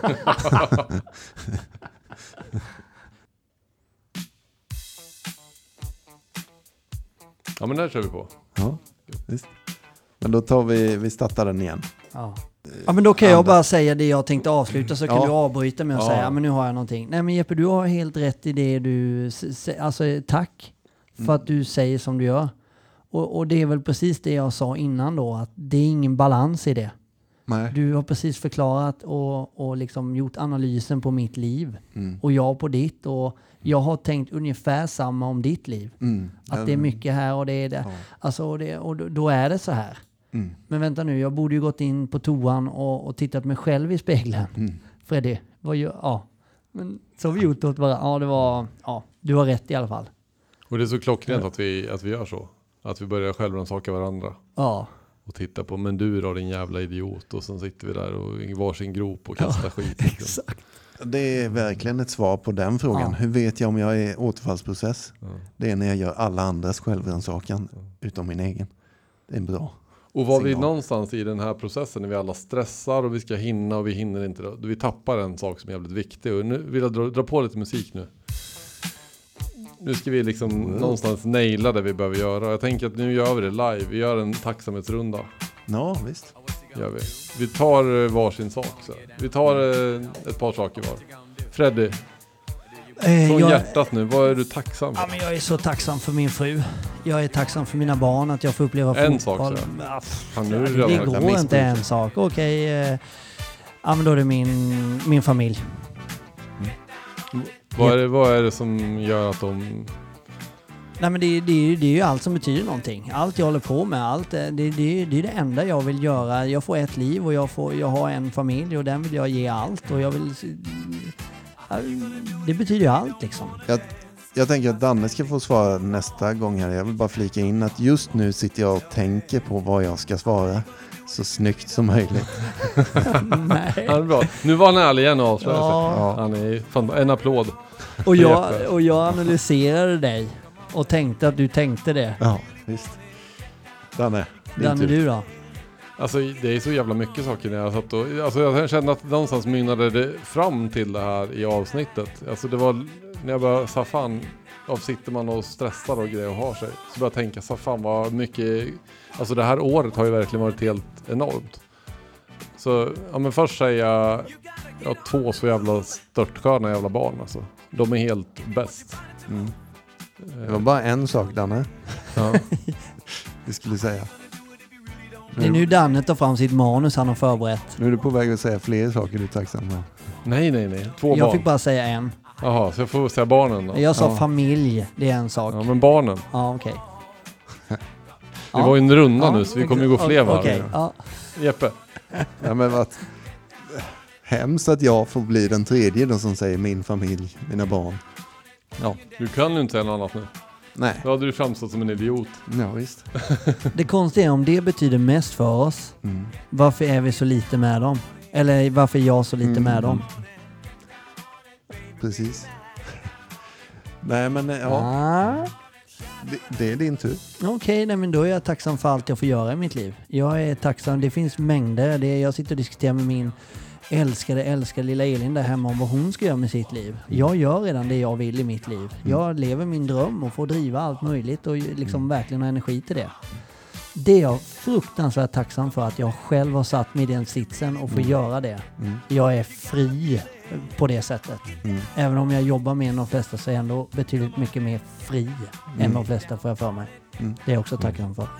Ja, men där kör vi på. Ja, visst. Men då tar vi, vi startar den igen. Ja. Ja, men då kan jag bara säga det jag tänkte avsluta, så kan ja. du avbryta med att ja. säga, ja, men nu har jag någonting. Nej men Jeppe, du har helt rätt i det du alltså tack för mm. att du säger som du gör. Och, och det är väl precis det jag sa innan då, att det är ingen balans i det. Nej. Du har precis förklarat och, och liksom gjort analysen på mitt liv mm. och jag på ditt, och jag har tänkt ungefär samma om ditt liv. Mm. Att mm. det är mycket här och det är det. Ja. Alltså, och, det, och då är det så här. Mm. Men vänta nu, jag borde ju gått in på toan och, och tittat mig själv i spegeln. Mm. Freddy, vad gör, ja. Men så har vi gjort åt varandra. Ja, det var, ja, du har rätt i alla fall. Och det är så klockrent att vi, att vi gör så. Att vi börjar självrannsaka varandra. Ja. Och titta på, men du är din jävla idiot. Och sen sitter vi där och i varsin grop och kastar ja, skit. Liksom. Exakt. Det är verkligen ett svar på den frågan. Ja. Hur vet jag om jag är återfallsprocess? Ja. Det är när jag gör alla andras självrannsakan ja. utom min egen. Det är bra. Och var signal. Vi någonstans i den här processen när vi alla stressar och vi ska hinna och vi hinner inte. Då vi tappar en sak som är jävligt viktig. Och nu vill jag dra, dra på lite musik nu. Nu ska vi liksom mm. någonstans naila det vi behöver göra. Jag tänker att nu gör vi det live. Vi gör en tacksamhetsrunda. Ja, visst. Gör vi. Vi tar varsin sak. Så. Vi tar ett par saker var. Freddy. Eh, Från jag, hjärtat nu, vad är du tacksam för? Ja, men jag är så tacksam för min fru. Jag är tacksam för mina barn, att jag får uppleva en fotboll. Sak, ja, Han ja, det, det går inte en sak. Okej, okay, eh, ja, men då är det min, min familj. Mm. Vad, är det, vad är det som gör att de... Nej, men det, det, det är ju allt som betyder någonting. Allt jag håller på med, allt, det, det, det är det enda jag vill göra. Jag får ett liv och jag, får, jag har en familj och den vill jag ge allt. Och jag vill... Det betyder ju allt liksom. Jag, jag tänker att Danne ska få svara nästa gång här. Jag vill bara flika in att just nu sitter jag och tänker på vad jag ska svara så snyggt som möjligt. Nej. Han är bra. Nu var han ärlig igen och avslöjade ja. ja. Han är fan, en applåd. Och jag, och jag analyserade dig och tänkte att du tänkte det. Ja, visst. Danne, Danne, du då? Alltså det är så jävla mycket saker när jag satt och, alltså jag kände att någonstans mynnade det fram till det här i avsnittet. Alltså det var när jag började, så fan, av sitter man och stressar och grejer och har sig. Så började jag tänka, så fan vad mycket, alltså det här året har ju verkligen varit helt enormt. Så, ja men först säger jag, jag har två så jävla störtsköna jävla barn alltså. De är helt bäst. Mm. Det var bara en sak, Danne. Ja. Vi skulle säga. Det är nu Danne tar fram sitt manus han har förberett. Nu är du på väg att säga fler saker du är tacksam för. Nej, nej, nej. Två Jag barn. fick bara säga en. Jaha, så jag får säga barnen då. Jag sa Ja. familj, det är en sak. Ja, men barnen. Ja, okej. Det Ja. var ju en runda Ja, nu, så vi kommer ju gå fler varv. Okej, ja. Jeppe. Ja, men vad hemskt att jag får bli den tredje då som säger min familj, mina barn. Ja, Du kan ju inte säga något annat nu. nej. Då hade du framstått som en idiot. Ja, visst. Det konstiga är om det betyder mest för oss. Mm. Varför är vi så lite med dem? Eller varför är jag så lite Mm. med dem? Precis. Nej, men ja, Ah. det, det är din tur. Okej, nej, men då är jag tacksam för allt jag får göra i mitt liv. Jag är tacksam, det finns mängder. Det är, jag sitter och diskuterar med min älskade, älskade lilla Elin där hemma om vad hon ska göra med sitt liv. Jag gör redan det jag vill i mitt liv. Jag lever min dröm och får driva allt möjligt och liksom verkligen ha energi till det. Det är jag fruktansvärt tacksam för, att jag själv har satt mig i den sitsen och får Mm. göra det. Mm. Jag är fri på det sättet. Mm. Även om jag jobbar med de flesta så är jag ändå betydligt mycket mer fri än de flesta, får jag för mig. Mm. Det är jag också tacksam för.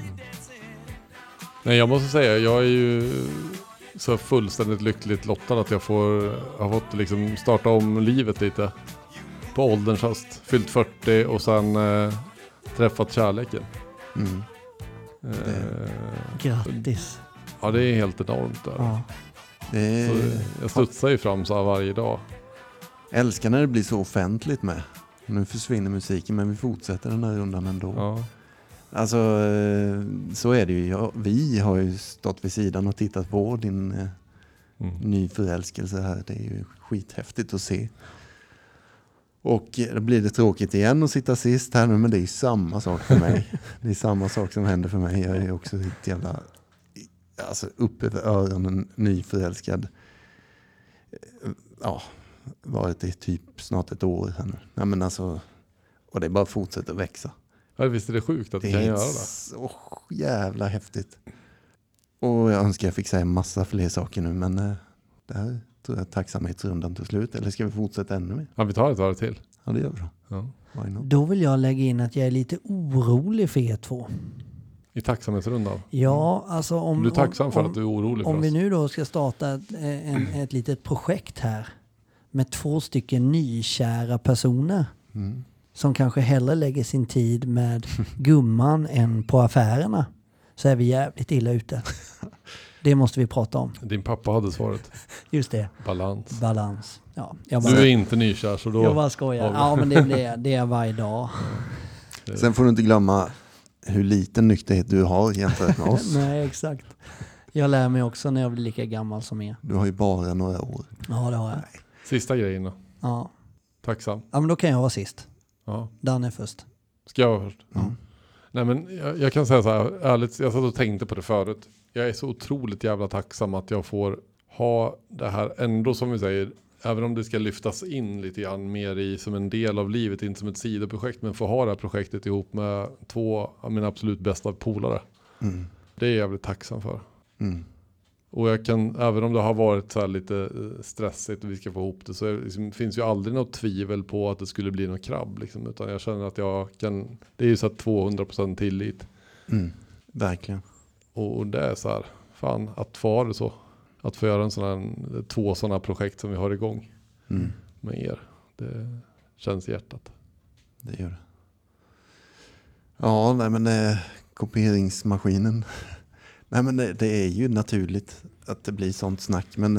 Nej, jag måste säga, jag är ju så fullständigt lyckligt lottad att jag får, har fått liksom starta om livet lite. På ålderns höst. Fyllt fyrtio och sen eh, träffat kärleken. Mm. Eh, Grattis. ja, det är helt enormt där. Ja. Det Så är, jag studsar ju fram så här varje dag. älskar när det blir så offentligt med. Nu försvinner musiken, men vi fortsätter den här rundan ändå. Ja. Alltså, eh, så är det ju. Jag, vi har ju stått vid sidan och tittat på din eh, Mm. nyförälskelse här. Det är ju skithäftigt att se. Och eh, då blir det tråkigt igen att sitta sist här nu, men det är ju samma sak för mig. Det är samma sak som händer för mig. Jag är också ett jävla, alltså upp över öronen nyförälskad. Eh, Ja, varit i typ snart ett år här nu. Nej, men alltså, och det bara fortsätter växa. Ja, visst är det sjukt att Det du kan är göra det. så jävla häftigt. Och jag önskar jag fick säga massa fler saker nu, men eh, det här tror jag tacksamhetsrundan till slut. Eller ska vi fortsätta ännu mer? Ja, vi tar ett varv till. Ja, det gör vi då. Ja. Why not? Då vill jag lägga in att jag är lite orolig för er två. I tacksamhetsrundan. Ja, alltså om... Du är tacksam om, för om, att du är orolig för Om oss. vi nu då ska starta ett, en, ett litet projekt här med två stycken nykära personer Mm. som kanske hellre lägger sin tid med gumman än på affärerna, så är vi jävligt illa ute. Det måste vi prata om. Din pappa hade svaret. Just det. Balans. Balans. Ja, jag bara, Du är inte nykär, så då... jag bara skojar. Ja, men det, blir, det är varje dag. Sen får du inte glömma hur liten nykterhet du har jämfört med oss. Nej, exakt. Jag lär mig också när jag blir lika gammal som er. Du har ju bara några år. Ja, det har jag. Sista grejen då. Ja. Tacksam. Ja, men då kan jag vara sist. Ja. Danne först. Ska jag vara först? Mm. Nej, men jag, jag kan säga så här, ärligt, jag satt och tänkte på det förut. Jag är så otroligt jävla tacksam att jag får ha det här ändå, som vi säger, även om det ska lyftas in lite grann mer i som en del av livet, inte som ett sidoprojekt, men få ha det här projektet ihop med två av mina absolut bästa polare. Mm. Det är jag jävligt tacksam för. Mm. Och jag kan, även om det har varit så här lite eh, stressigt och vi ska få ihop det, så är det liksom, finns ju aldrig något tvivel på att det skulle bli något krabb. Liksom, utan jag känner att jag kan, det är ju så här tvåhundra procent tillit. Mm. Verkligen. Och, och det är så här, fan, att få ha det så. Att få göra en sån här, två sådana projekt som vi har igång Mm. med er. Det känns i hjärtat. Det gör det. Ja, nej men eh, kopieringsmaskinen. Nej men det, det är ju naturligt att det blir sånt snack. Men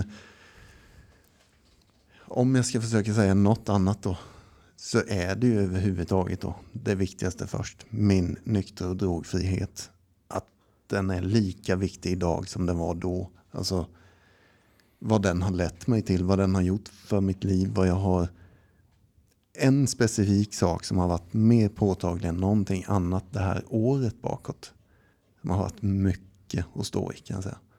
om jag ska försöka säga något annat då, så är det ju överhuvudtaget då det viktigaste först. Min nykter- och drogfrihet. Att den är lika viktig idag som den var då. Alltså vad den har lett mig till, vad den har gjort för mitt liv, vad jag har... En specifik sak som har varit mer påtaglig än någonting annat det här året bakåt. Som har varit mycket att stå i, kan jag säga.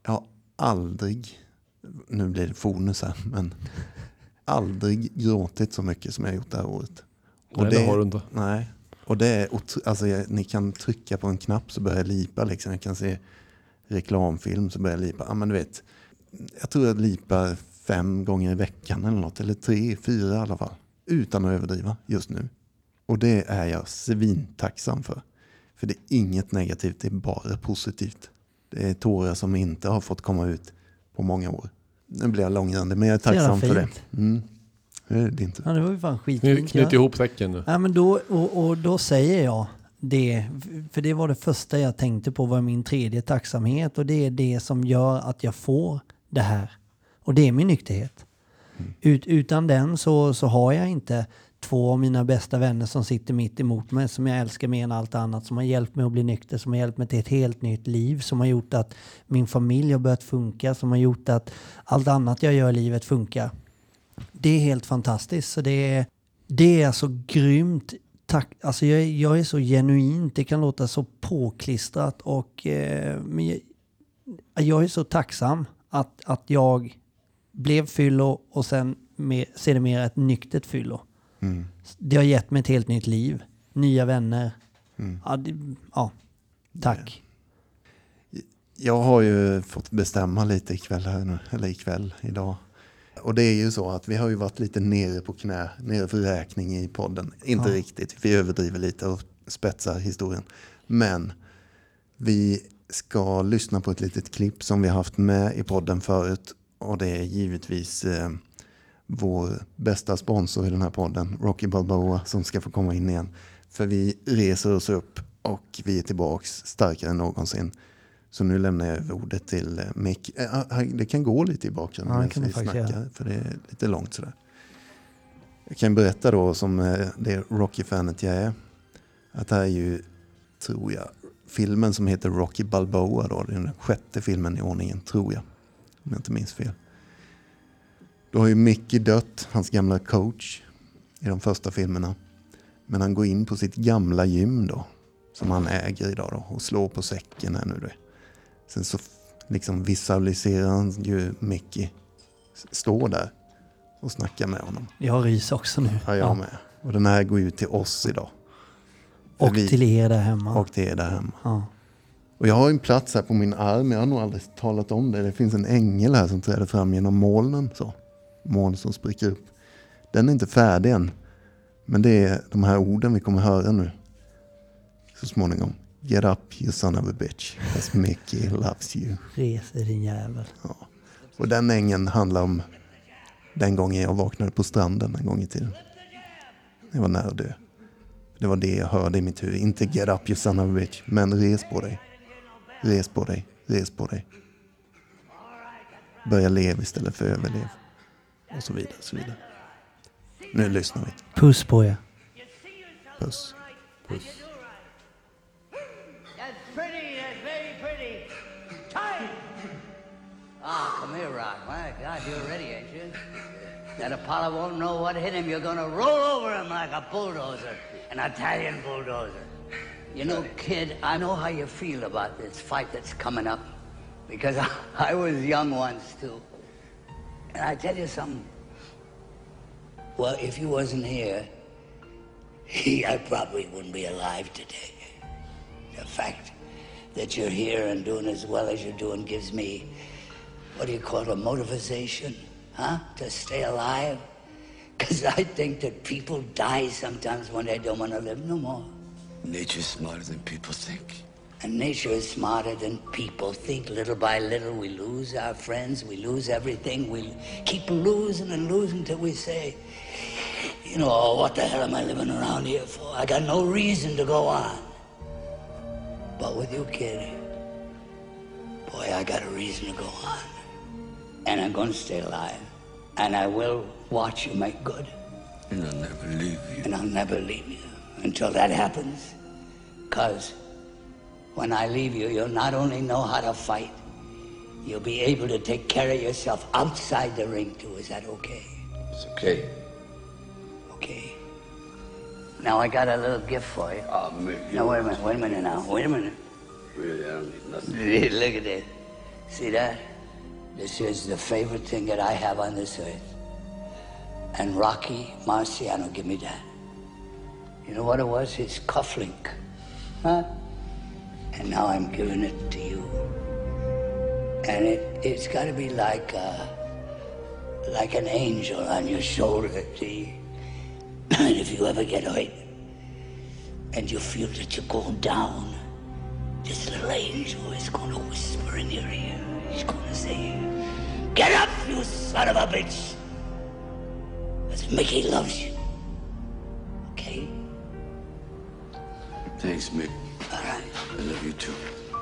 Jag har aldrig, nu blir det fonus här, men aldrig gråtit så mycket som jag har gjort det här året. Och nej, det, det har du inte. Nej, och det är, alltså jag, ni kan trycka på en knapp så börjar jag lipa liksom. Jag kan se reklamfilm så börjar jag lipa. Ja, men du vet, jag tror jag lipar fem gånger i veckan eller något, eller tre, fyra i alla fall. Utan att överdriva just nu. Och det är jag svintacksam för. För det är inget negativt, det är bara positivt. Det är tårar som inte har fått komma ut på många år. Nu blir jag långrandig, men jag är tacksam för det. Mm. Det är det inte. Ja, det var ju fan skitfint. Knyt ihop säcken nu. Ja, men då, och, och då säger jag det, för det var det första jag tänkte på var min tredje tacksamhet. Och det är det som gör att jag får det här. Och det är min nykterhet. Mm. Ut, utan den så, så har jag inte två av mina bästa vänner som sitter mitt emot mig, som jag älskar mer än allt annat, som har hjälpt mig att bli nykter, som har hjälpt mig till ett helt nytt liv, som har gjort att min familj har börjat funka, som har gjort att allt annat jag gör i livet funkar. Det är helt fantastiskt. Så det är, det är så grymt. Tack. Alltså jag, jag är så genuint, det kan låta så påklistrat och eh, men jag, jag är så tacksam att, att jag blev fyllo och sen med, ser det mer ett nyktert fyllo. Mm. Det har gett mig ett helt nytt liv. Nya vänner. Mm. Ja, det, ja, tack. Jag har ju fått bestämma lite ikväll här nu, eller ikväll, idag. Och det är ju så att vi har ju varit lite nere på knä, nere för räkning i podden. Inte ja. riktigt, vi överdriver lite och spetsar historien. Men vi ska lyssna på ett litet klipp som vi har haft med i podden förut. Och det är givetvis eh, vår bästa sponsor i den här podden, Rocky Balboa, som ska få komma in igen. För vi reser oss upp och vi är tillbaks starkare än någonsin. Så nu lämnar jag ordet till Mick. Det kan gå lite i bakgrunden ja, medan vi snackar, för det är lite långt sådär. Jag kan berätta då, som det Rocky-fanet jag är, att det här är ju, tror jag, filmen som heter Rocky Balboa då. Det är den sjätte filmen i ordningen, tror jag. Om jag inte minns fel. Då har ju Mickey dött, hans gamla coach, i de första filmerna. Men han går in på sitt gamla gym då, som han äger idag då, och slår på säcken här nu då. Sen så liksom visualiserar han ju Mickey står där och snackar med honom. Jag rys också nu. Ja, jag ja. med. Och den här går ut till oss idag. För och vi, till er där hemma. Och till er där hemma. Ja. Och jag har en plats här på min arm. Jag har nog aldrig talat om det. Det finns en ängel här som träder fram genom molnen. Så. Moln som spricker upp. Den är inte färdig än. Men det är de här orden vi kommer höra nu. Så småningom. Get up, you son of a bitch. As Mickey loves you. Reser din jävel. Ja. Och den ängeln handlar om den gången jag vaknade på stranden en gång i tiden. Jag var nära dö. Det var det jag hörde i mitt huvud. Inte get up, you son of a bitch. Men res på dig. Res på dig. Res på dig. Börja leva istället för överlev. Och så vidare, så vidare. Nu lyssnar vi. Puss på er. Puss. Puss. Ah, come here, Rock. My God, you're ready, ain't you? That Apollo won't know what hit him. You're gonna roll over him like a bulldozer, an Italian bulldozer. You know, kid, I know how you feel about this fight that's coming up, because I, I was young once, too. And I tell you something. Well, if you wasn't here, I probably wouldn't be alive today. The fact that you're here and doing as well as you're doing gives me, what do you call it, a motivation, huh? To stay alive. Because I think that people die sometimes when they don't want to live no more. Nature's smarter than people think. And nature is smarter than people think. Little by little we lose our friends, we lose everything. We keep losing and losing till we say, you know, oh, what the hell am I living around here for? I got no reason to go on. But with you, kid, boy, I got a reason to go on. And I'm going to stay alive. And I will watch you make good. And I'll never leave you. And I'll never leave you until that happens. Because when I leave you, you'll not only know how to fight, you'll be able to take care of yourself outside the ring, too. Is that okay? It's okay. Okay. Now, I got a little gift for you. Oh, man. Now, wait a minute. Wait a minute now. Wait a minute. Really, I don't need nothing. Look at this. See that? This is the favorite thing that I have on this earth. And Rocky Marciano give me that. You know what it was? His cufflink. Huh? And now I'm giving it to you. And it, it's got to be like uh, like an angel on your shoulder, see? And if you ever get hurt and you feel that you're going down, this little angel is going to whisper in your ear. He's going to say, "Get up, you son of a bitch! Because Mickey loves you." Okay? Thanks, Mick. All right. I love you too.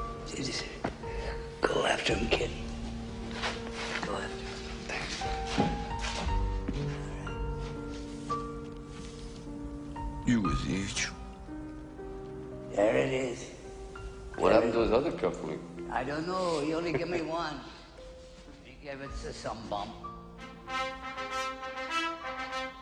Go after him, kid. Go after him. Thanks. You was each. There it is. What happened to his other cufflink? I don't know. He only gave me one. He gave it to some bum.